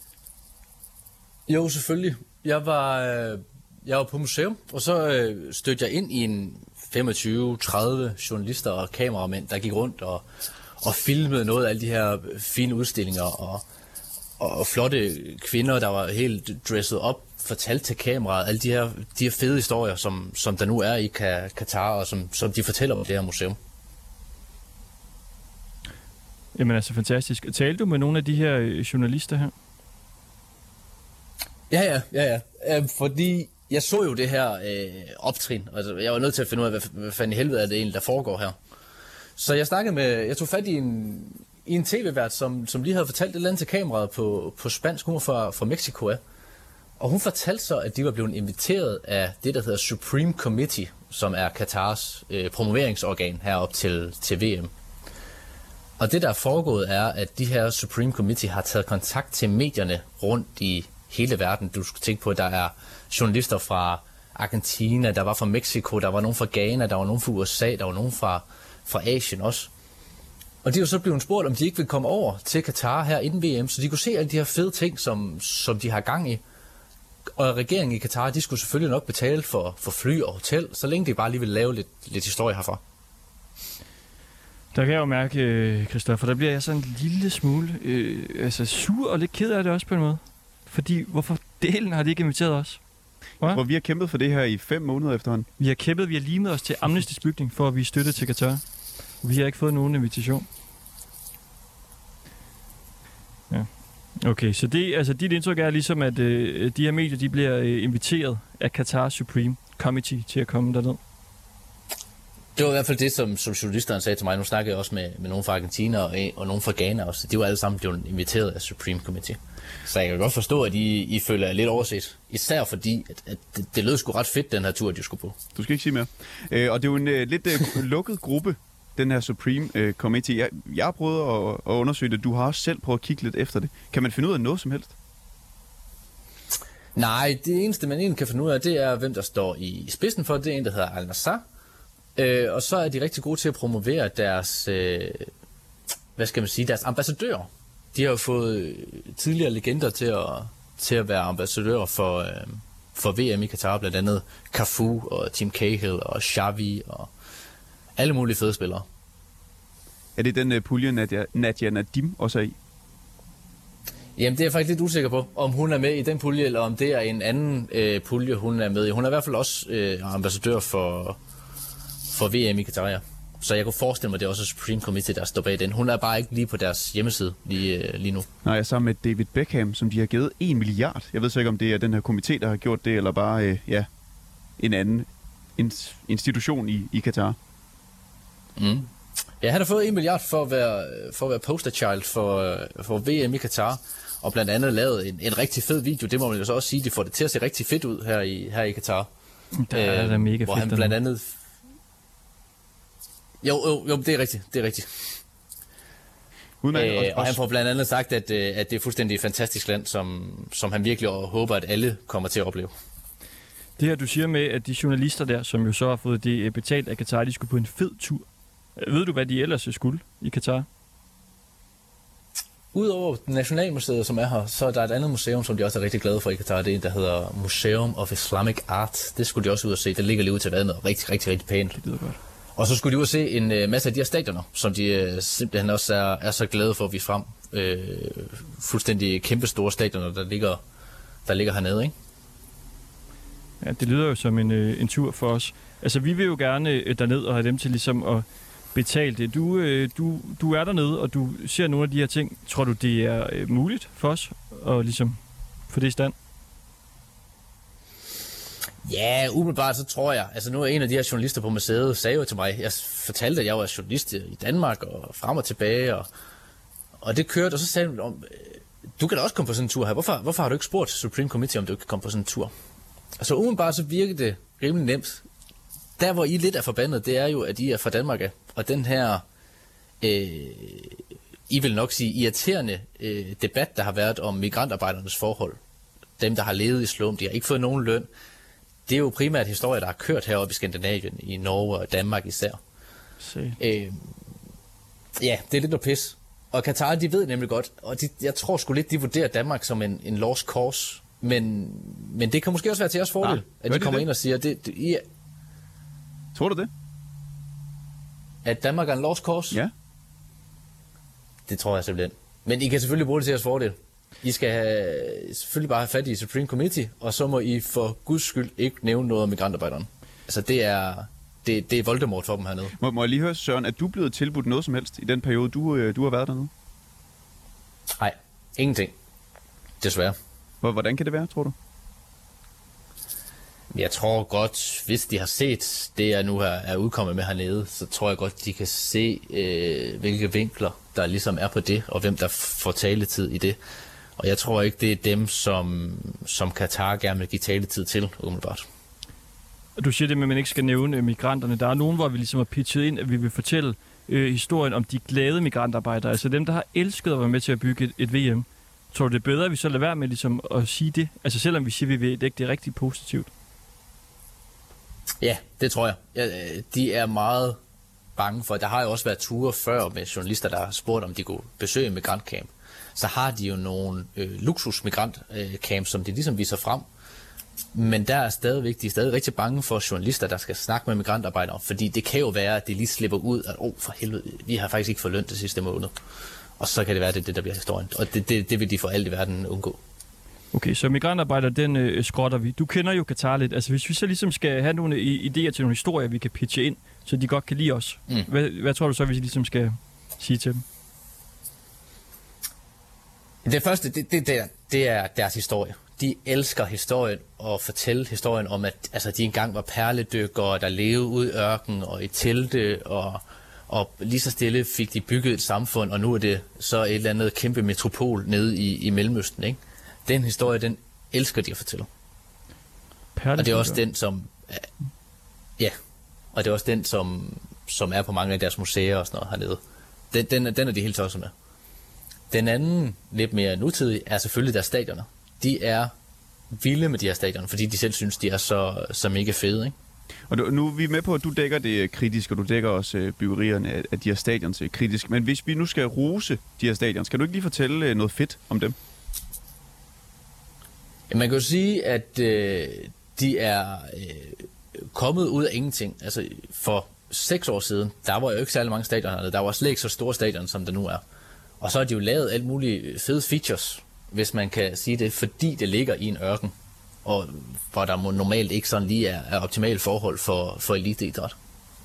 Jo, selvfølgelig. Jeg var, øh, jeg var på museum, og så øh, stødte jeg ind i en femogtyve tredive journalister og kameramænd, der gik rundt og, og filmede noget af alle de her fine udstillinger, og, og flotte kvinder, der var helt dresset op, fortalte til kameraet alle de her, de her fede historier, som, som der nu er i Qatar, og som, som de fortæller om det her museum. Jamen altså fantastisk. Talte du med nogle af de her journalister her? Ja, ja, ja, ja. Øh, fordi jeg så jo det her øh, optrin. Altså, jeg var nødt til at finde ud af, hvad, hvad fanden i helvede er det egentlig, der foregår her. Så jeg snakkede med, jeg tog fat i en, i en tv-vært, som, som lige havde fortalt et eller andet til kameraet på, på spansk. Hun var fra, fra Mexico af. Og hun fortalte så, at de var blevet inviteret af det, der hedder Supreme Committee, som er Qatars øh, promoveringsorgan herop til, til V M. Og det, der er foregået, er, at de her Supreme Committee har taget kontakt til medierne rundt i hele verden. Du skal tænke på, at der er journalister fra Argentina, der var fra Mexico, der var nogen fra Ghana, der var nogen fra U S A, der var nogen fra, fra Asien også. Og de er jo så blevet spurgt, om de ikke vil komme over til Qatar her inden V M, så de kunne se alle de her fede ting, som, som de har gang i. og regeringen i Katar, de skulle selvfølgelig nok betale for, for fly og hotel, så længe de bare lige ville lave lidt, lidt historie herfra. Der kan jeg jo mærke, Christoffer, der bliver jeg sådan en lille smule øh, altså sur og lidt ked af det også på en måde. Fordi hvorfor delen har de ikke inviteret os? Hvor vi har kæmpet for det her i fem måneder efterhånden. Vi har kæmpet, vi har limet os til Amnestys bygning for at vise støtte til Katar. Vi har ikke fået nogen invitation. Ja. Okay, så det, altså, dit indtryk er ligesom, at øh, de her medier de bliver øh, inviteret af Qatar Supreme Committee til at komme derned. Det var i hvert fald det, som, som journalisterne sagde til mig. Nu snakkede jeg også med, med nogen fra Argentina og, og nogen fra Ghana også. De var alle sammen blevet inviteret af Supreme Committee. Så jeg kan godt forstå, at I, I føler lidt overset. Især fordi, at, at det, det lød sgu ret fedt, den her tur, de skulle på. Du skal ikke sige mere. Øh, og det er jo en uh, lidt uh, lukket gruppe, den her Supreme uh, Committee. Jeg, jeg har prøvet at, at undersøge det. Du har også selv prøvet at kigge lidt efter det. Kan man finde ud af noget som helst? Nej, det eneste, man egentlig kan finde ud af, det er, hvem der står i spidsen for. Det er en, der hedder Al-Nassr. Øh, og så er de rigtig gode til at promovere deres, øh, hvad skal man sige, deres ambassadører. De har jo fået tidligere legender til at, til at være ambassadører for, øh, for V M i Katar, blandt andet Cafu og Tim Cahill og Xavi og alle mulige fede spillere. Er det den uh, pulje, Nadia, Nadia Nadim også er i? Jamen, det er jeg faktisk lidt usikker på, om hun er med i den pulje, eller om det er en anden øh, pulje, hun er med i. Hun er i hvert fald også øh, ambassadør for, for V M i Katar, ja. Så jeg kunne forestille mig, at det er også Supreme Committee, der står bag den. Hun er bare ikke lige på deres hjemmeside lige, øh, lige nu. Nej, jeg er sammen med David Beckham, som de har givet en milliard. Jeg ved så ikke, om det er den her komité, der har gjort det, eller bare øh, ja, en anden institution i, i Katar. Mm. Ja, han har fået en milliard for at være, for at være poster child for, for V M i Katar, og blandt andet lavet en, en rigtig fed video. Det må man jo så også sige, de får det til at se rigtig fedt ud her i, her i Katar. Der er øh, da mega hvor fedt. Han blandt andet... Jo, jo, jo, det er rigtigt, det er rigtigt. Udmærket, øh, også, og han får blandt andet sagt, at, at det er fuldstændig et fantastisk land, som, som han virkelig håber, at alle kommer til at opleve. Det her, du siger med, at de journalister der, som jo så har fået det betalt af Katar, de skulle på en fed tur. Ved du, hvad de ellers skulle i Katar? Udover Nationalmuseet, som er her, så er der et andet museum, som de også er rigtig glade for i Katar. Det er en, der hedder Museum of Islamic Art. Det skulle de også ud at se. Det ligger lige ud til vandet og rigtig, rigtig, rigtig pænt. Det lyder godt. Og så skulle de ud at se en uh, masse af de her stadioner, som de uh, simpelthen også er, er så glade for at vise frem. Uh, fuldstændig kæmpestore stadioner, der ligger, der ligger hernede, ikke? Ja, det lyder jo som en, øh, en tur for os. Altså, vi vil jo gerne øh, derned og have dem til ligesom at betale det. Du, øh, du, du er dernede, og du ser nogle af de her ting. Tror du, det er øh, muligt for os at ligesom få det i stand? Ja, umiddelbart så tror jeg. Altså nu er en af de her journalister på museet, sagde jo til mig, jeg fortalte, at jeg var journalist i Danmark og frem og tilbage, og, og det kørte, og så sagde han, du kan da også komme på sådan en tur her. Hvorfor, hvorfor har du ikke spurgt Supreme Committee, om du ikke kan komme på sådan en tur? Altså umiddelbart så virker det rimelig nemt. Der hvor I lidt er forbandet, det er jo, at I er fra Danmark af, og den her, øh, I vil nok sige, irriterende øh, debat, der har været om migrantarbejdernes forhold. Dem, der har levet i slum, de har ikke fået nogen løn. Det er jo primært historier, der har kørt heroppe i Skandinavien, i Norge og Danmark især. Øh, ja, det er lidt noget pis. Og Katar, de ved nemlig godt, og de, jeg tror sgu lidt, de vurderer Danmark som en, en lost cause. Men, men det kan måske også være til jeres fordel, ah, at de kommer det? ind og siger, det, det, I, tror du det? At Danmark er en lost cause? Ja. Det tror jeg simpelthen. Men I kan selvfølgelig bruge det til jeres fordel. I skal have, selvfølgelig bare have fat i Supreme Committee, og så må I for guds skyld ikke nævne noget om migrantarbejderne. Altså det er, det, det er Voldemort for dem hernede. Må, må jeg lige høre, Søren, er du blevet tilbudt noget som helst i den periode, du, du har været dernede? Nej, ingenting. Desværre. Hvordan kan det være, tror du? Jeg tror godt, hvis de har set det, jeg nu er udkommet med hernede, så tror jeg godt, de kan se, øh, hvilke vinkler, der ligesom er på det, og hvem der får taletid i det. Og jeg tror ikke, det er dem, som, som Katar gerne vil give taletid til, umiddelbart. Du siger det med, at man ikke skal nævne migranterne. Der er nogen, hvor vi ligesom har pitchet ind, at vi vil fortælle øh, historien om de glade migrantarbejdere, altså dem, der har elsket at være med til at bygge et, et V M. Tror du, det er bedre, at vi så lader være med ligesom at sige det? Altså selvom vi siger, at vi ved, det ikke er rigtig positivt. Ja, det tror jeg. Ja, de er meget bange for, der har jo også været ture før med journalister, der har spurgt, om de kunne besøge en migrantcamp. Så har de jo nogle øh, luksus migrantcamps, som de ligesom viser frem, Men der er stadigvæk, de er stadig rigtig bange for journalister, der skal snakke med migrantarbejdere, fordi det kan jo være, at de lige slipper ud, at åh, oh, for helvede, vi har faktisk ikke fået løn det sidste måned. Og så kan det være, at det er det, der bliver historien. Og det, det, det vil de for alt i verden undgå. Okay, så migrantarbejdere, den øh, skrotter vi. Du kender jo Katar lidt. Altså hvis vi så ligesom skal have nogle idéer til nogle historier, vi kan pitche ind, så de godt kan lide os. Mm. Hvad, hvad tror du så, hvis vi ligesom skal sige til dem? Det første, det, det, det, er, det er deres historie. De elsker historien og fortælle historien om, at altså, de engang var perledykkere, der levede ud i ørken og i telte, og, og lige så stille fik de bygget et samfund, og nu er det så et eller andet kæmpe metropol nede i, i Mellemøsten, ikke? Den historie, den elsker de at fortælle. Og det er også den, som... Ja, og det er også den, som, som er på mange af deres museer og sådan noget hernede. Den, den, den er de helt tosset med. Den anden, lidt mere nutidige, er selvfølgelig deres stadioner. De er vilde med de her stadioner, fordi de selv synes, de er så, så mega fede, ikke? Og du, nu er vi med på, at du dækker det kritisk, og du dækker også byggerierne af, af de her stadions kritisk. Men hvis vi nu skal rose de her stadions, kan du ikke lige fortælle noget fedt om dem? Man kan jo sige, at øh, de er øh, kommet ud af ingenting. Altså for seks år siden, der var jo ikke særlig mange stadioner. Der var slet ikke så store stadioner, som der nu er. Og så har de jo lavet alt mulige fede features, hvis man kan sige det, fordi det ligger i en ørken, og hvor der må normalt ikke sådan lige er, er optimale forhold for, for eliteidræt.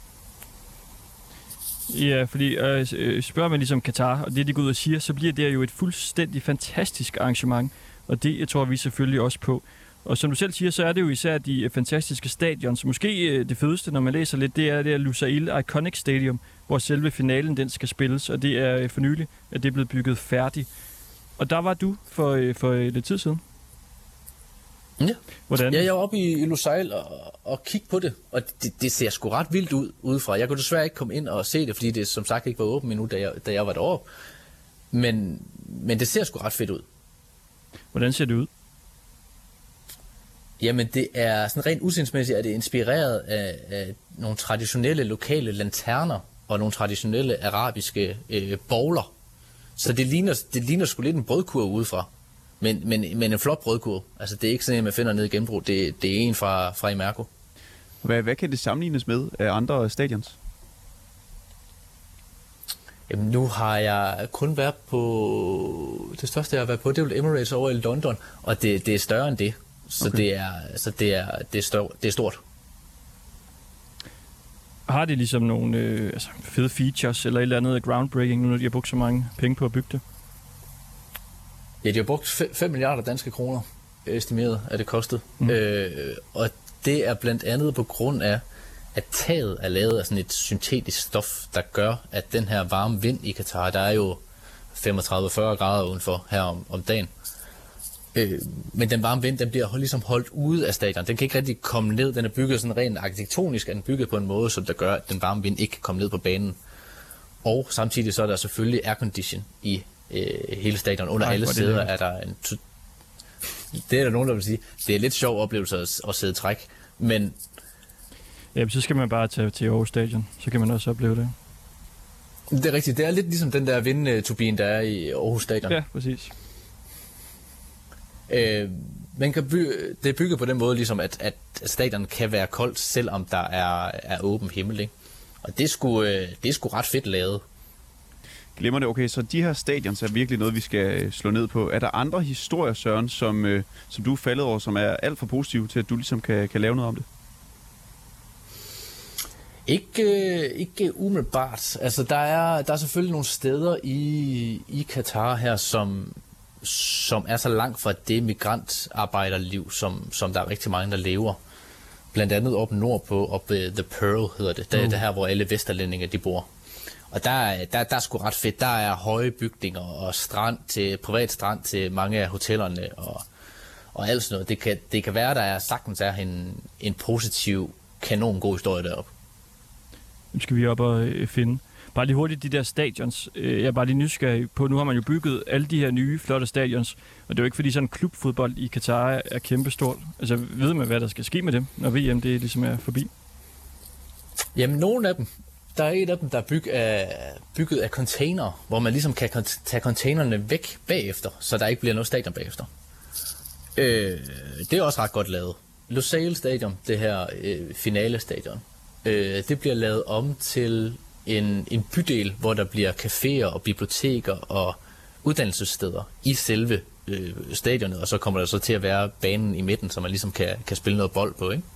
Ja, fordi øh, spørger man ligesom Katar, og det de går ud og siger, så bliver det jo et fuldstændig fantastisk arrangement, og det jeg tror vi selvfølgelig også på. Og som du selv siger, så er det jo især de fantastiske stadions. Måske det fedeste, når man læser lidt, det er det er Lusail Iconic Stadium, hvor selve finalen den skal spilles, og det er for nylig, at det er blevet bygget færdigt. Og der var du for, for lidt tid siden. Ja. Hvordan? Ja, jeg var oppe i, i Lusail og, og kiggede på det, og det, det ser sgu ret vildt ud udefra. Jeg kunne desværre ikke komme ind og se det, fordi det som sagt ikke var åbent endnu, da jeg, da jeg var deroppe. Men, men det ser sgu ret fedt ud. Hvordan ser det ud? Jamen det er sådan rent udsendsmæssigt, er det inspireret af, af nogle traditionelle lokale lanterner og nogle traditionelle arabiske øh, bowler. Så det ligner, det ligner sgu lidt en brødkurv udefra, men, men, men en flot brødkurv. Altså det er ikke sådan en, man finder nede i genbrug, det, det er en fra, fra Imerco. Hvad, hvad kan det sammenlignes med af andre stadions? Jamen nu har jeg kun været på, det største jeg har været på, det er Emirates over i London, og det, det er større end det. Så okay. det er så det er det er, stør, det er stort. Har de ligesom nogle øh, altså fede features eller et eller andet groundbreaking, nu når de har brugt så mange penge på at bygge det? Ja, de har brugt fem milliarder danske kroner, estimeret, at det kostede. Mm. Øh, og det er blandt andet på grund af, at taget er lavet af sådan et syntetisk stof, der gør, at den her varme vind i Katar, der er jo femogtredive til fyrre grader udenfor her om, om dagen. Øh, men den varme vind, den bliver ligesom holdt ude af stadion. Den kan ikke rigtig komme ned. Den er bygget sådan rent arkitektonisk, er den bygget på en måde, som der gør, at den varme vind ikke kan komme ned på banen. Og samtidig så er der selvfølgelig aircondition i øh, hele stadion. Under Ej, alle sæder er der en... To- det er der nogen, der vil sige. Det er lidt sjov oplevelse at, at sidde i træk, men... Ja, så skal man bare tage til Aarhus Stadion. Så kan man også opleve det. Det er rigtigt. Det er lidt ligesom den der vindturbine, der er i Aarhus Stadion. Ja, præcis. Øh, man kan bygge, det er bygget på den måde, ligesom at, at stadion kan være koldt, selvom der er, er åben himmel, ikke? Og det er, sgu, det er sgu ret fedt lavet. Glemmer det. Okay, så de her stadions er virkelig noget, vi skal slå ned på. Er der andre historier, Søren, som, øh, som du er faldet over, som er alt for positive til, at du ligesom kan, kan lave noget om det? Ikke, ikke umiddelbart. Altså, der er, der er selvfølgelig nogle steder i, i Katar her, som... som er så langt fra det migrantarbejderliv, som, som der er rigtig mange, der lever. Blandt andet oppe nordpå, oppe ved The Pearl hedder det. Det er mm. det her, hvor alle vesterlændinge de bor. Og der, der, der er sgu ret fedt. Der er høje bygninger og strand til, privat strand til mange af hotellerne og, og alt sådan noget. Det kan, det kan være, der er sagtens er en, en positiv, kanon god historie deroppe. Nu skal vi op og øh, finde. Bare lige hurtigt, de der stadions. Jeg er bare lige nysgerrig på, nu har man jo bygget alle de her nye, flotte stadions, og det er jo ikke fordi sådan en klubfodbold i Katar er kæmpestort. Altså, ved man, hvad der skal ske med dem, når V M det ligesom er forbi? Jamen, nogle af dem. Der er et af dem, der er bygget af, bygget af container, hvor man ligesom kan tage containerne væk bagefter, så der ikke bliver noget stadion bagefter. Øh, det er også ret godt lavet. Lusail Stadion, det her øh, finalestadion, øh, det bliver lavet om til en, en bydel, hvor der bliver caféer og biblioteker og uddannelsessteder i selve øh, stadionet, og så kommer der så til at være banen i midten, så man ligesom kan, kan spille noget bold på, ikke?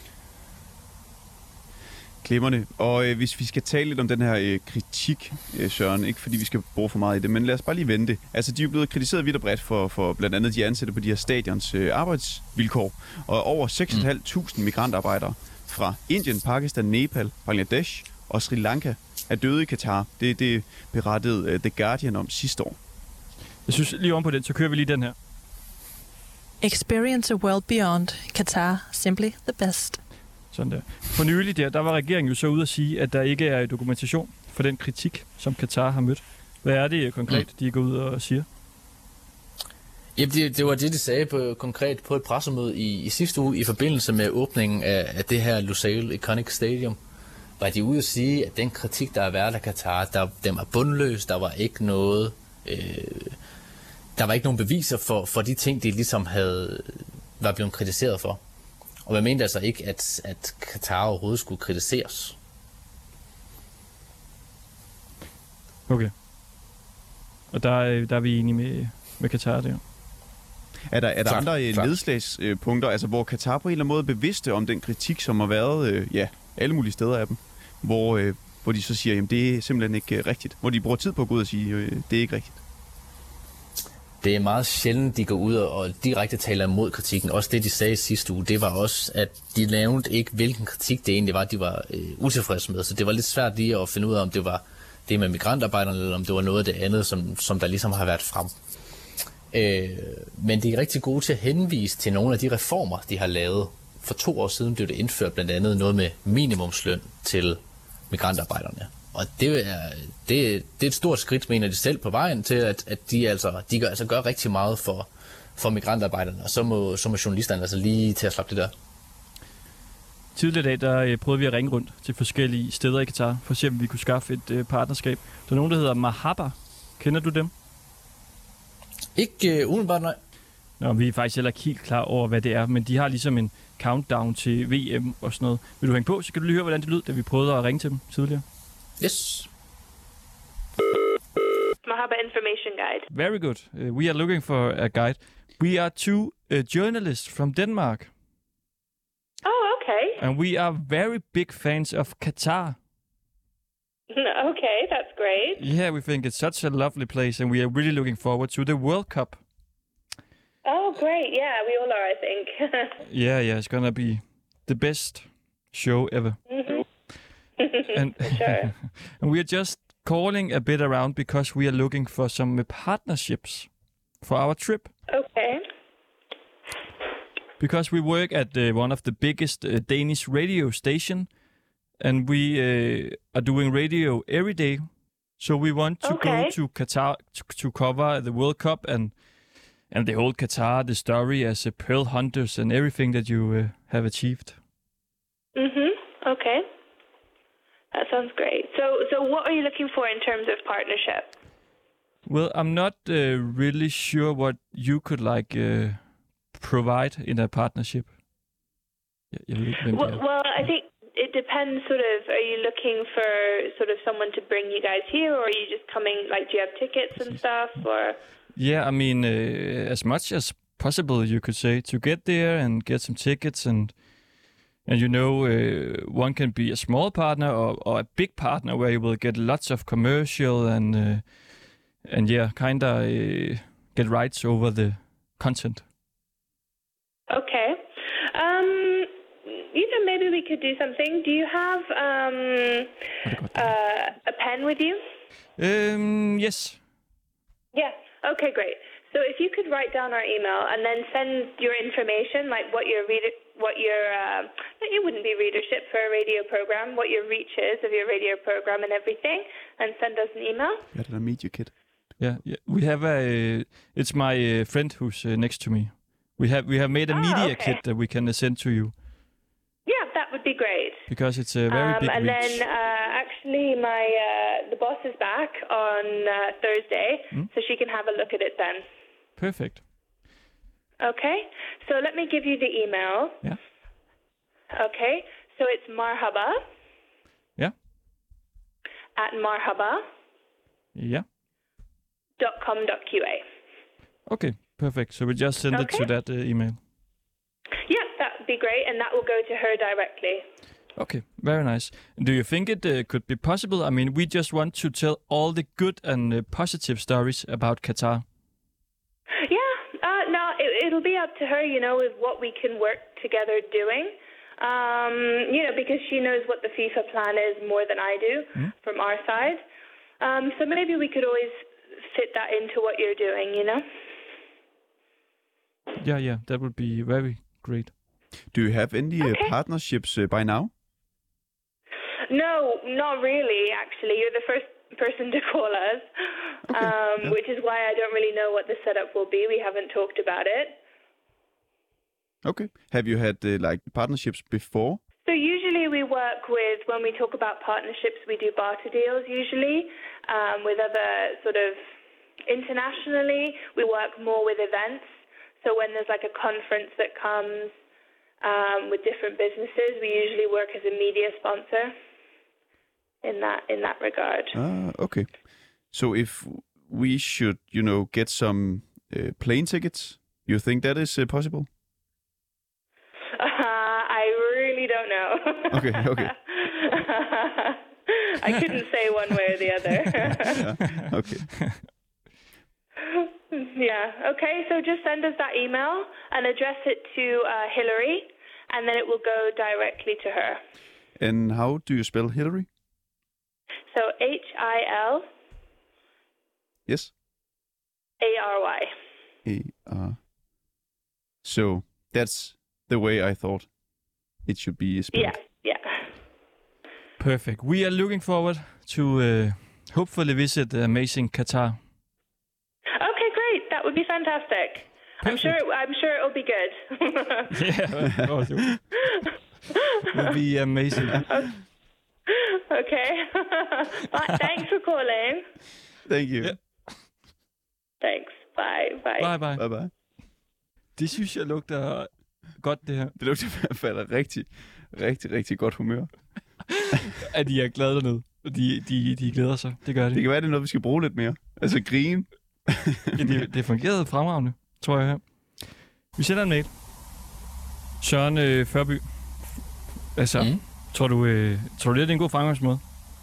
Glimrende. Og øh, hvis vi skal tale lidt om den her øh, kritik, øh, Søren, ikke fordi vi skal bruge for meget i det, men lad os bare lige vente. Altså, de er jo blevet kritiseret vidt og bredt for, for blandt andet de ansatte på de her stadions øh, arbejdsvilkår. Og over seks tusind fem hundrede mm. migrantarbejdere fra Indien, Pakistan, Nepal, Bangladesh og Sri Lanka er døde i Katar. Det, det berettede uh, The Guardian om sidste år. Jeg synes lige om på den, så kører vi lige den her. Experience a world beyond. Qatar, simply the best. Sådan der. For nylig der, der var regeringen jo så ude at sige, at der ikke er dokumentation for den kritik, som Qatar har mødt. Hvad er det konkret, de går ud og siger? Jamen, det, det var det, de sagde på, konkret på et pressemøde i, i sidste uge i forbindelse med åbningen af, af det her Lusail Iconic Stadium. Var de ude at sige, at den kritik, der er været af Qatar, der, den var bundløs, der var ikke noget, øh, der var ikke nogen beviser for, for de ting, de ligesom havde, var blevet kritiseret for. Og man mente altså ikke, at, at Qatar overhovedet skulle kritiseres. Okay. Og der, der er vi enige med, med Qatar der. Er der, er der klar, andre klar. nedslagspunkter, altså hvor Qatar på en eller anden måde er bevidste om den kritik, som har været øh, ja, alle mulige steder af dem, hvor, øh, hvor de så siger, at det er simpelthen ikke øh, rigtigt. Hvor de bruger tid på at gå ud og sige, øh, det er ikke rigtigt. Det er meget sjældent, de går ud og direkte taler imod kritikken. Også det, de sagde sidste uge, det var også, at de nævnte ikke, hvilken kritik det egentlig var, de var øh, utilfredse med. Så det var lidt svært lige at finde ud af, om det var det med migrantarbejderne, eller om det var noget af det andet, som, som der ligesom har været frem. Øh, men de er rigtig gode til at henvise til nogle af de reformer, de har lavet. For to år siden blev det indført blandt andet noget med minimumsløn til migrantarbejderne. Og det er, det, det er et stort skridt, mener de selv, på vejen til, at, at de, altså, de gør, altså gør rigtig meget for, for migrantarbejderne. Og så må, så må journalisterne altså lige til at slappe det der. Tidligere i dag, der øh, prøvede vi at ringe rundt til forskellige steder i Qatar, for at se, om vi kunne skaffe et øh, partnerskab. Der er nogen, der hedder Mahaba. Kender du dem? Ikke uh, umiddelbart, nej. Nå, vi er faktisk heller ikke helt klar over, hvad det er, men de har ligesom en countdown til V M og sådan noget. Vil du hænge på, så kan du lige høre, hvordan det lød, da vi prøvede at ringe til dem tidligere. Yes. Mahaba Information Guide. Very good. Uh, we are looking for a guide. We are two uh, journalists from Denmark. Oh, okay. And we are very big fans of Qatar. Okay, that's great. Yeah, we think it's such a lovely place and we are really looking forward to the World Cup. Oh, great. Yeah, we all are, I think. Yeah, yeah, it's gonna be the best show ever. Mm-hmm. And, sure. and we are just calling a bit around because we are looking for some uh, partnerships for our trip. Okay. Because we work at uh, one of the biggest uh, Danish radio station, and we uh, are doing radio every day. So we want to Okay. go to Qatar to, to cover the World Cup and and the whole Qatar, the story as a pearl hunters and everything that you uh, have achieved. Mhm. Okay. That sounds great. So, so what are you looking for in terms of partnership? Well, I'm not uh, really sure what you could like uh, provide in a partnership. Jeg, jeg ved ikke, hvem det Well, er. well, I think it depends. Sort of, are you looking for sort of someone to bring you guys here, or are you just coming? Like, do you have tickets and stuff, or? Yeah, I mean, uh, as much as possible, you could say, to get there and get some tickets and and you know, uh, one can be a small partner or, or a big partner where you will get lots of commercial and uh, and yeah, kind of uh, get rights over the content. Okay. Um, you know, maybe we could do something. Do you have um, uh, a pen with you? Um, yes. Yeah. Okay, great. So if you could write down our email and then send your information, like what your reader, what your, uh, it wouldn't be readership for a radio program, what your reach is of your radio program and everything, and send us an email. Ja, det er media kit. Yeah, yeah. We have a. It's my uh, friend who's uh, next to me. We have we have made a Ah, media okay. kit that we can uh, send to you Yeah, that would be great. because it's a very Um, big and reach. then uh, actually, my uh, the boss is back on uh, Thursday, Mm. so she can have a look at it then. Perfect. Okay. So let me give you the email. Yeah. Okay, so it's marhaba. Yeah. At marhaba. Yeah. Dot com. Dot qa. Okay, perfect. So we just send okay. it to that uh, email. Yeah, that would be great, and that will go to her directly. Okay, very nice. Do you think it uh, could be possible? I mean, we just want to tell all the good and uh, positive stories about Qatar. Yeah, uh, no, it, it'll be up to her, you know, with what we can work together doing. Um, you know, because she knows what the FIFA plan is more than I do mm. from our side. Um, so maybe we could always fit that into what you're doing, you know? Yeah, yeah, that would be very great. Do you have any okay. uh, partnerships uh, by now? No, not really, actually. You're the first person to call us, okay. um, yeah. which is why I don't really know what the setup will be. We haven't talked about it. Okay. Have you had uh, like partnerships before? So usually we work with, when we talk about partnerships, we do barter deals usually um, with other sort of internationally. We work more with events. So when there's like a conference that comes um, with different businesses, we usually work as a media sponsor in that in that regard. Ah, okay. So if we should, you know, get some uh, plane tickets, you think that is uh, possible? Uh, I really don't know. Okay, okay. I couldn't say one way or the other. Yeah, okay. Yeah, okay, so just send us that email and address it to uh, Hillary, and then it will go directly to her. And how do you spell Hillary? So H I L Yes. A R Y. A R. So that's the way I thought it should be spelled. Yeah, yeah. Perfect. We are looking forward to uh, hopefully visit the amazing Qatar. Okay, great. That would be fantastic. Perfect. I'm sure. I'm sure it will be good. Yeah, of course. It will be amazing. Okay. Well, thanks for calling. Thank you. Yeah. Thanks. Bye. Bye. Bye, bye. Bye, bye. Det synes jeg lugter godt, det her. Det lugter i hvert fald rigtig, rigtig, rigtig godt humør. At de er glade dernede. De, de, de glæder sig. Det gør de. Det kan være, det er noget, vi skal bruge lidt mere. Altså grine. Ja, det, det fungerede fremragende, tror jeg her. Vi sender en mail. Søren øh, Førby. Altså, mm. tror, du, øh, tror du, det er en god fremgangsmåde?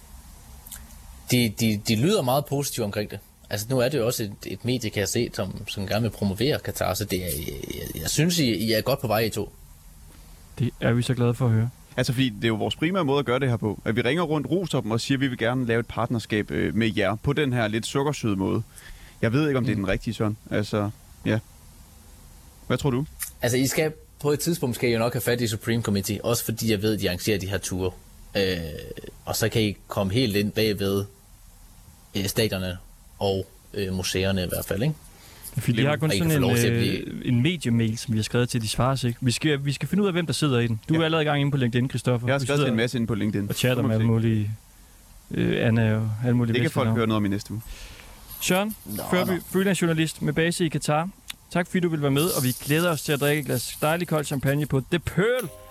De, de, de lyder meget positivt omkring det. Altså, nu er det jo også et, et medie, kan jeg se, som, som gerne vil promovere Qatar, så det er, jeg, jeg synes, I, I er godt på vej i to. Det er vi så glade for at høre. Altså, fordi det er jo vores primære måde at gøre det her på. At vi ringer rundt, roser dem og siger, at vi vil gerne lave et partnerskab øh, med jer på den her lidt sukkersøde måde. Jeg ved ikke, om det er den rigtige, Søren. Altså, ja. Hvad tror du? Altså, I skal på et tidspunkt skal I jo nok have fat i Supreme Committee, også fordi jeg ved, at de arrangerer de her ture. Øh, og så kan I komme helt ind bagved øh, staterne og øh, museerne i hvert fald, ikke? Fordi de har kun sådan en, øh, en mediemail, som vi har skrevet til, de svarer ikke. Vi skal, vi skal finde ud af, hvem der sidder i den. Du ja. er allerede i gang inde på LinkedIn, Christoffer. Jeg har skrevet en masse inde på LinkedIn. Og chatter med alle mulige øh, Anna og alle mulige. Det kan folk høre noget om i næste uge. Søren Førby, freelance journalist med base i Qatar. Tak fordi du vil være med, og vi glæder os til at drikke et glas dejlig kold champagne på The Pearl